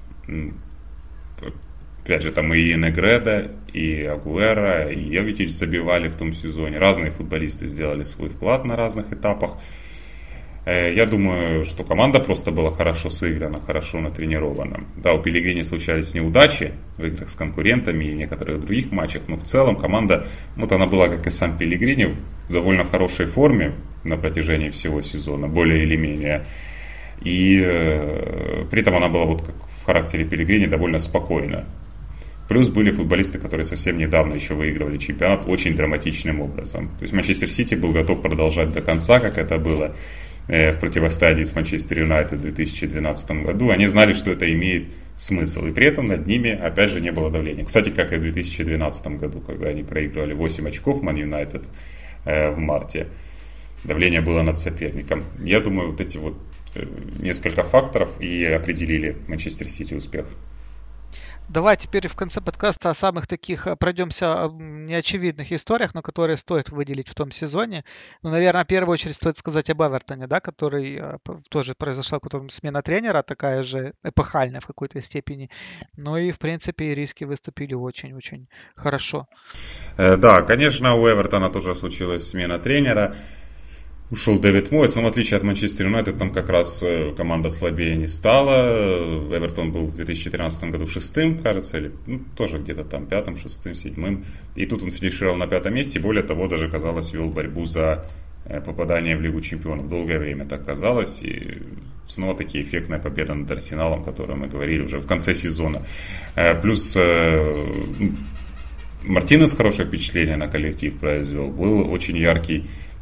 S2: Опять же, там и Негреда, и Агуэро, и Йовичич забивали в том сезоне. Разные футболисты сделали свой вклад на разных этапах. Я думаю, что команда просто была хорошо сыграна, хорошо натренирована. Да, у Пеллегрини случались неудачи в играх с конкурентами и в некоторых других матчах, но в целом команда, вот она была, как и сам Пеллегрини, в довольно хорошей форме на протяжении всего сезона, более или менее. И при этом она была, вот как в характере Пеллегрини, довольно спокойна. Плюс были футболисты, которые совсем недавно еще выигрывали чемпионат очень драматичным образом. То есть Манчестер Сити был готов продолжать до конца, как это было в противостоянии с Манчестер Юнайтед в 2012 году. Они знали, что это имеет смысл. И при этом над ними, опять же, не было давления. Кстати, как и в 2012 году, когда они проигрывали 8 очков Ман Юнайтед в марте. Давление было над соперником. Я думаю, вот эти вот несколько факторов и определили Манчестер Сити успех.
S1: Давай теперь в конце подкаста о самых таких пройдемся неочевидных историях, но которые стоит выделить в том сезоне. Ну, наверное, в первую очередь стоит сказать об Эвертоне, да, который тоже произошла смена тренера, такая же эпохальная в какой-то степени. Ну и, в принципе, ириски выступили очень-очень хорошо.
S2: Да, конечно, у Эвертона тоже случилась смена тренера. Ушел Дэвид Мойс, но в отличие от Манчестер Юнайтед, там как раз команда слабее не стала. Эвертон был в 2013 году 6-м, кажется, или тоже где-то там 5-м, 6-м, 7-м. И тут он финишировал на 5-м месте, более того, даже, казалось, вел борьбу за попадание в Лигу Чемпионов. Долгое время так казалось. И снова таки эффектная победа над Арсеналом, о которой мы говорили уже в конце сезона. Плюс Мартинес хорошее впечатление на коллектив произвел. Был очень яркий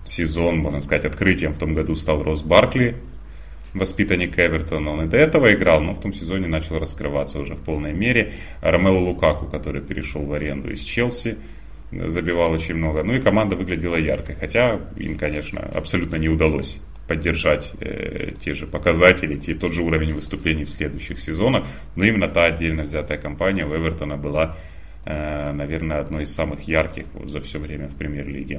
S2: сезон, можно сказать, открытием в том году стал Росс Баркли, воспитанник Эвертона. Он и до этого играл, но в том сезоне начал раскрываться уже в полной мере. Ромело Лукаку, который перешел в аренду из Челси, забивал очень много. Ну и команда выглядела яркой, хотя им, конечно, абсолютно не удалось поддержать те же показатели, тот же уровень выступлений в следующих сезонах. Но именно та отдельно взятая компания у Эвертона была, наверное, одной из самых ярких вот за все время в премьер-лиге.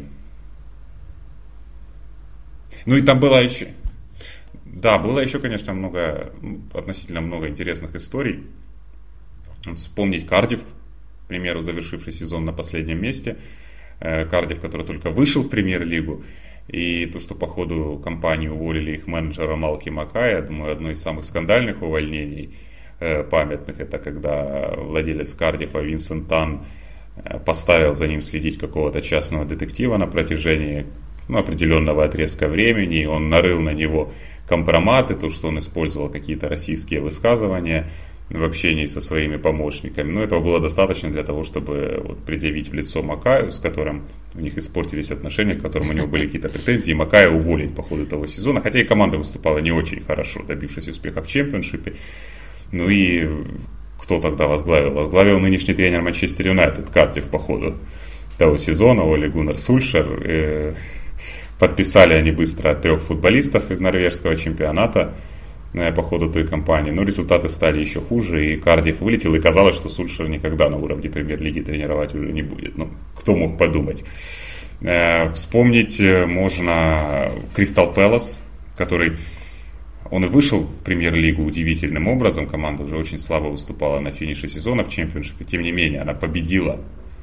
S2: Ну и там было еще... Да, было еще, конечно, относительно много интересных историй. Вспомнить Кардифф, к примеру, завершивший сезон на последнем месте. Кардифф, который только вышел в премьер-лигу. И то, что по ходу кампании уволили их менеджера Малки Макая, думаю, одно из самых скандальных увольнений памятных, это когда владелец Кардиффа Винсент Тан поставил за ним следить какого-то частного детектива на протяжении определенного отрезка времени, и он нарыл на него компроматы, то, что он использовал какие-то российские высказывания в общении со своими помощниками. Но этого было достаточно для того, чтобы предъявить в лицо Макаю, с которым у них испортились отношения, к которым у него были какие-то претензии, и Макая уволить по ходу того сезона, хотя и команда выступала не очень хорошо, добившись успеха в чемпионшипе. Ну и кто тогда возглавил? Возглавил нынешний тренер Манчестер Юнайтед, Кардифф, по ходу того сезона, Оле Гуннар Сульшер. Подписали они быстро 3 футболистов из норвежского чемпионата по ходу той кампании, но результаты стали еще хуже, и Кардифф вылетел, и казалось, что Сульшер никогда на уровне премьер-лиги тренировать уже не будет. Ну, кто мог подумать? Вспомнить можно Кристал Пэлас, который... Он и вышел в премьер-лигу удивительным образом, команда уже очень слабо выступала на финише сезона в чемпионшипе, тем не менее она победила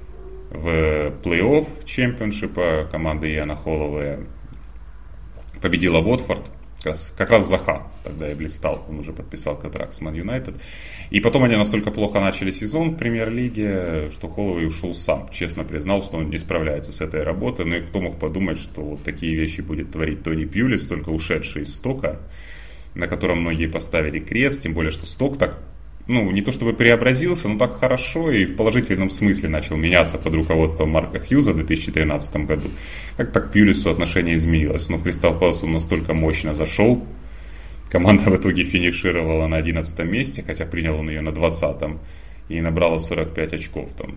S2: в плей-офф чемпионшипа, команда Иана Холлоуэя победила Уотфорд, как раз Заха тогда и блистал, он уже подписал контракт с Ман Юнайтед. И потом они настолько плохо начали сезон в премьер-лиге, что Холлоуэй ушел сам, честно признал, что он не справляется с этой работой. Ну и кто мог подумать, что вот такие вещи будет творить Тони Пьюлис, только ушедший из Стока, на котором многие поставили крест, тем более, что Сток так, не то чтобы преобразился, но так хорошо и в положительном смысле начал меняться под руководством Марка Хьюза в 2013 году. Как так к Пьюлису отношение изменилось. Но в Кристал Пэлас он настолько мощно зашел. Команда в итоге финишировала на 11 месте, хотя принял он ее на 20-м и набрала 45 очков там.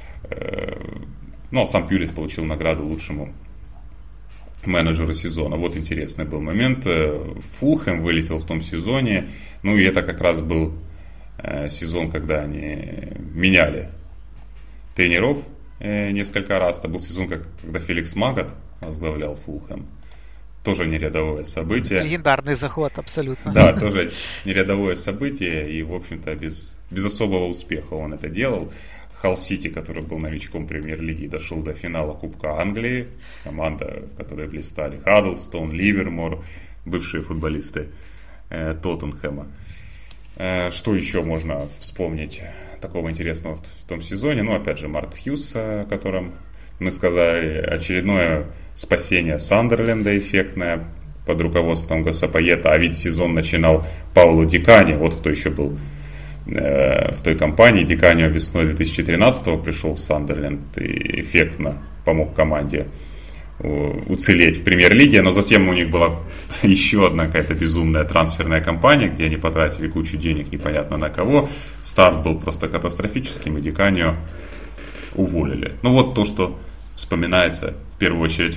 S2: А сам Пьюлис получил награду лучшему менеджеру сезона. Вот интересный был момент. Фулхэм вылетел в том сезоне. И это как раз был сезон, когда они меняли тренеров несколько раз. Это был сезон, когда Феликс Магат возглавлял Фулхэм. Тоже нерядовое событие.
S1: Легендарный заход, абсолютно.
S2: Да, тоже нерядовое событие. И, в общем-то, без особого успеха он это делал. Халл Сити, который был новичком премьер-лиги, дошел до финала Кубка Англии. Команда, в которой блистали Хаддлстон, Ливермор, бывшие футболисты Тоттенхэма. Что еще можно вспомнить такого интересного в том сезоне? Опять же, Марк Хьюз, о котором мы сказали. Очередное спасение Сандерленда эффектное под руководством Гасса Пайета. А ведь сезон начинал Пауло Ди Каньо. Вот кто еще был в той компании. Ди Каньо весной 2013-го пришел в Сандерленд и эффектно помог команде уцелеть в премьер-лиге, но затем у них была еще одна какая-то безумная трансферная кампания, где они потратили кучу денег непонятно на кого. Старт был просто катастрофическим, и Ди Каньо уволили. Вот то, что вспоминается в первую очередь.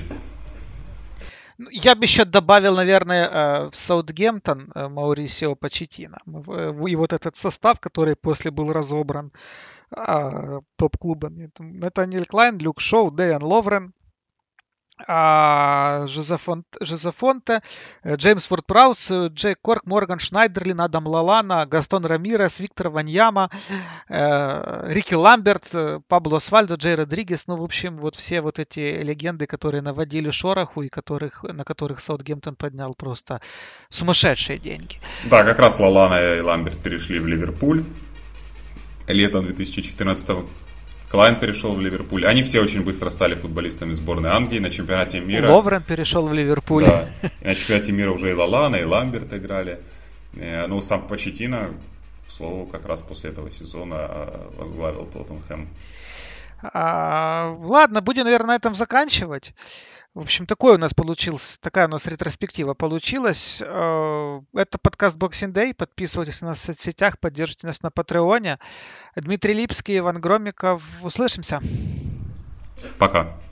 S1: Я бы еще добавил, наверное, в Саутгемптон Маурисио Почеттино. И вот этот состав, который после был разобран топ-клубами. Натаниэль Клайн, Люк Шоу, Дэйан Ловрен, Жозе Фонте, Джеймс Ворд-Праус, Джейк Корк, Морган Шнайдерлин, Адам Лалана, Гастон Рамирес, Виктор Ваньяма, Рики Ламберт, Пабло Асфальдо, Джей Родригес. В общем, вот все вот эти легенды, которые наводили шороху и на которых Саутгемптон поднял просто сумасшедшие деньги.
S2: Да, как раз Лалана и Ламберт перешли в Ливерпуль летом 2014 года. Клайн перешел в Ливерпуль. Они все очень быстро стали футболистами сборной Англии на чемпионате мира.
S1: Ловрен перешел в Ливерпуль.
S2: Да. На чемпионате мира уже и Лалана, и Ламберт играли. Сам Почеттино, к слову, как раз после этого сезона возглавил Тоттенхэм.
S1: Ладно, будем, наверное, на этом заканчивать. В общем, такая у нас ретроспектива получилась. Это подкаст Boxing Day. Подписывайтесь на нас в соцсетях, поддержите нас на Патреоне. Дмитрий Липский, Иван Громиков. Услышимся.
S2: Пока.